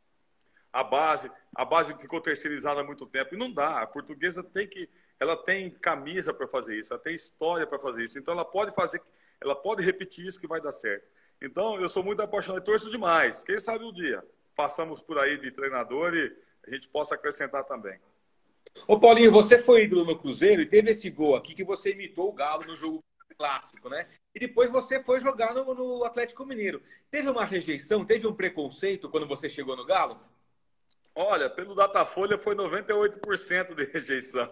A base, a base ficou terceirizada há muito tempo. E não dá. A Portuguesa tem que... Ela tem camisa para fazer isso. Ela tem história para fazer isso. Então, ela pode fazer... Ela pode repetir isso que vai dar certo. Então, eu sou muito apaixonado e torço demais. Quem sabe um dia passamos por aí de treinador e a gente possa acrescentar também. Ô, Paulinho, você foi ídolo no Cruzeiro e teve esse gol aqui que você imitou o Galo no jogo clássico, né? E depois você foi jogar no, no Atlético Mineiro. Teve uma rejeição, teve um preconceito quando você chegou no Galo? Olha, pelo Datafolha foi noventa e oito por cento de rejeição.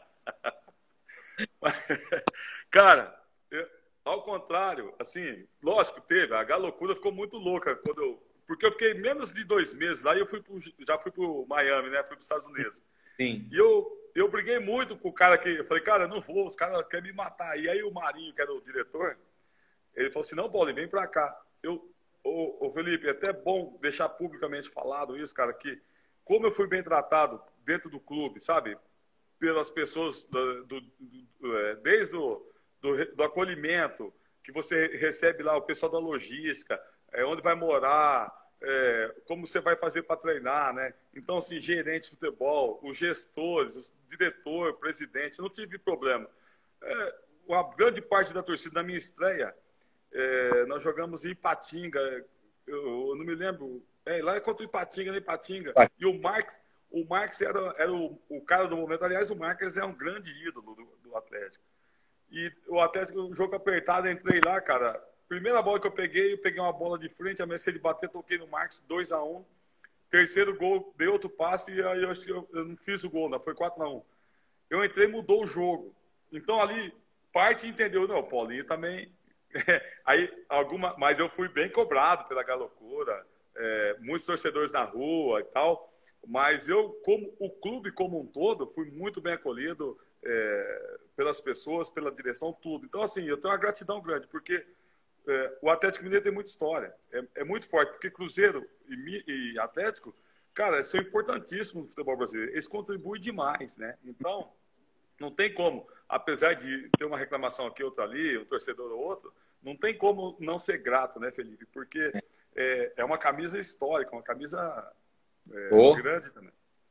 Cara, eu, ao contrário, assim, lógico, teve. A galocura ficou muito louca quando eu, porque eu fiquei menos de dois meses lá e eu fui pro, já fui para o Miami, né? Fui para os Estados Unidos. Sim. E eu, eu briguei muito com o cara que... Eu falei, cara, não vou, os caras querem me matar. E aí o Marinho, que era o diretor, ele falou assim, não, Paulo, vem para cá. Eu, ô, ô, Felipe, é até bom deixar publicamente falado isso, cara, que como eu fui bem tratado dentro do clube, sabe? Pelas pessoas, do, do, do, desde o do, do acolhimento, que você recebe lá, o pessoal da logística, é, onde vai morar, é, como você vai fazer para treinar, né? Então, assim, gerente de futebol, os gestores, o diretor, o presidente, não tive problema. É, uma grande parte da torcida, na minha estreia, é, nós jogamos em Ipatinga, eu, eu não me lembro... É, lá é contra o Ipatinga, né? Ipatinga. Vai. E o Marques, o Marques era, era o, o cara do momento. Aliás, o Marques é um grande ídolo do, do Atlético. E o Atlético, um jogo apertado, entrei lá, cara. Primeira bola que eu peguei, eu peguei uma bola de frente, a mercê de bater, toquei no Marques, dois a um. terceiro gol, dei outro passe e aí eu acho que eu, eu não fiz o gol, não, foi quatro a um. Eu entrei e mudou o jogo. Então ali, parte entendeu, não, o Paulinho também... aí, alguma... Mas eu fui bem cobrado pela galocura, é, muitos torcedores na rua e tal, mas eu, como o clube como um todo, fui muito bem acolhido é, pelas pessoas, pela direção, tudo. Então, assim, eu tenho uma gratidão grande, porque é, o Atlético Mineiro tem muita história, é, é muito forte, porque Cruzeiro e, e Atlético, cara, são importantíssimos no futebol brasileiro, eles contribuem demais, né? Então, não tem como, apesar de ter uma reclamação aqui, outra ali, um torcedor ou outro, não tem como não ser grato, né, Felipe? Porque é, é uma camisa histórica, uma camisa é, oh. grande também.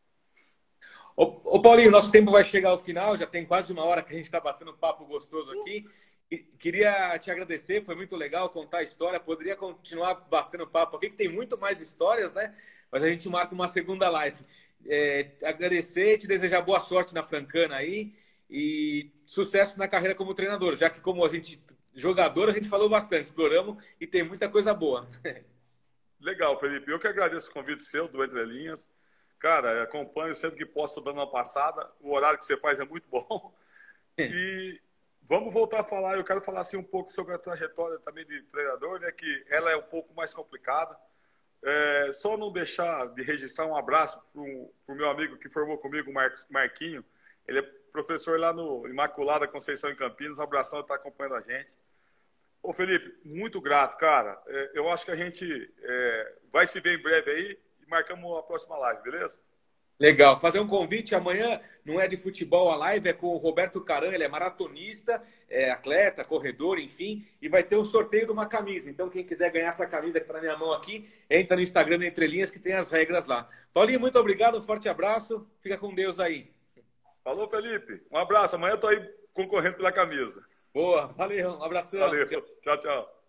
Ô, ô Paulinho, nosso tempo vai chegar ao final, já tem quase uma hora que a gente está batendo um papo gostoso aqui. E queria te agradecer, foi muito legal contar a história. Poderia continuar batendo papo aqui, que tem muito mais histórias, né? Mas a gente marca uma segunda live. É, agradecer, te desejar boa sorte na Francana aí e sucesso na carreira como treinador, já que como a gente jogador, a gente falou bastante, exploramos e tem muita coisa boa. Legal, Felipe. Eu que agradeço o convite seu do Entre Linhas. Cara, acompanho sempre que posso, dando uma passada. O horário que você faz é muito bom. E vamos voltar a falar. Eu quero falar assim, um pouco sobre a trajetória também de treinador, né? Que ela é um pouco mais complicada. É, só não deixar de registrar um abraço para o meu amigo que formou comigo, o Mar, Marquinho. Ele é professor lá no Imaculada Conceição em Campinas. Um abração, ele está acompanhando a gente. Ô, Felipe, muito grato, cara. É, eu acho que a gente é, vai se ver em breve aí e marcamos a próxima live, beleza? Legal. Fazer um convite. Amanhã não é de futebol a live, é com o Roberto Caran. Ele é maratonista, é atleta, corredor, enfim. E vai ter o sorteio de uma camisa. Então, quem quiser ganhar essa camisa que está na minha mão aqui, entra no Instagram do Entre Linhas que tem as regras lá. Paulinho, muito obrigado. Um forte abraço. Fica com Deus aí. Falou, Felipe. Um abraço. Amanhã eu tô aí concorrendo pela camisa. Boa. Valeu. Um abração. Valeu. Tchau, tchau.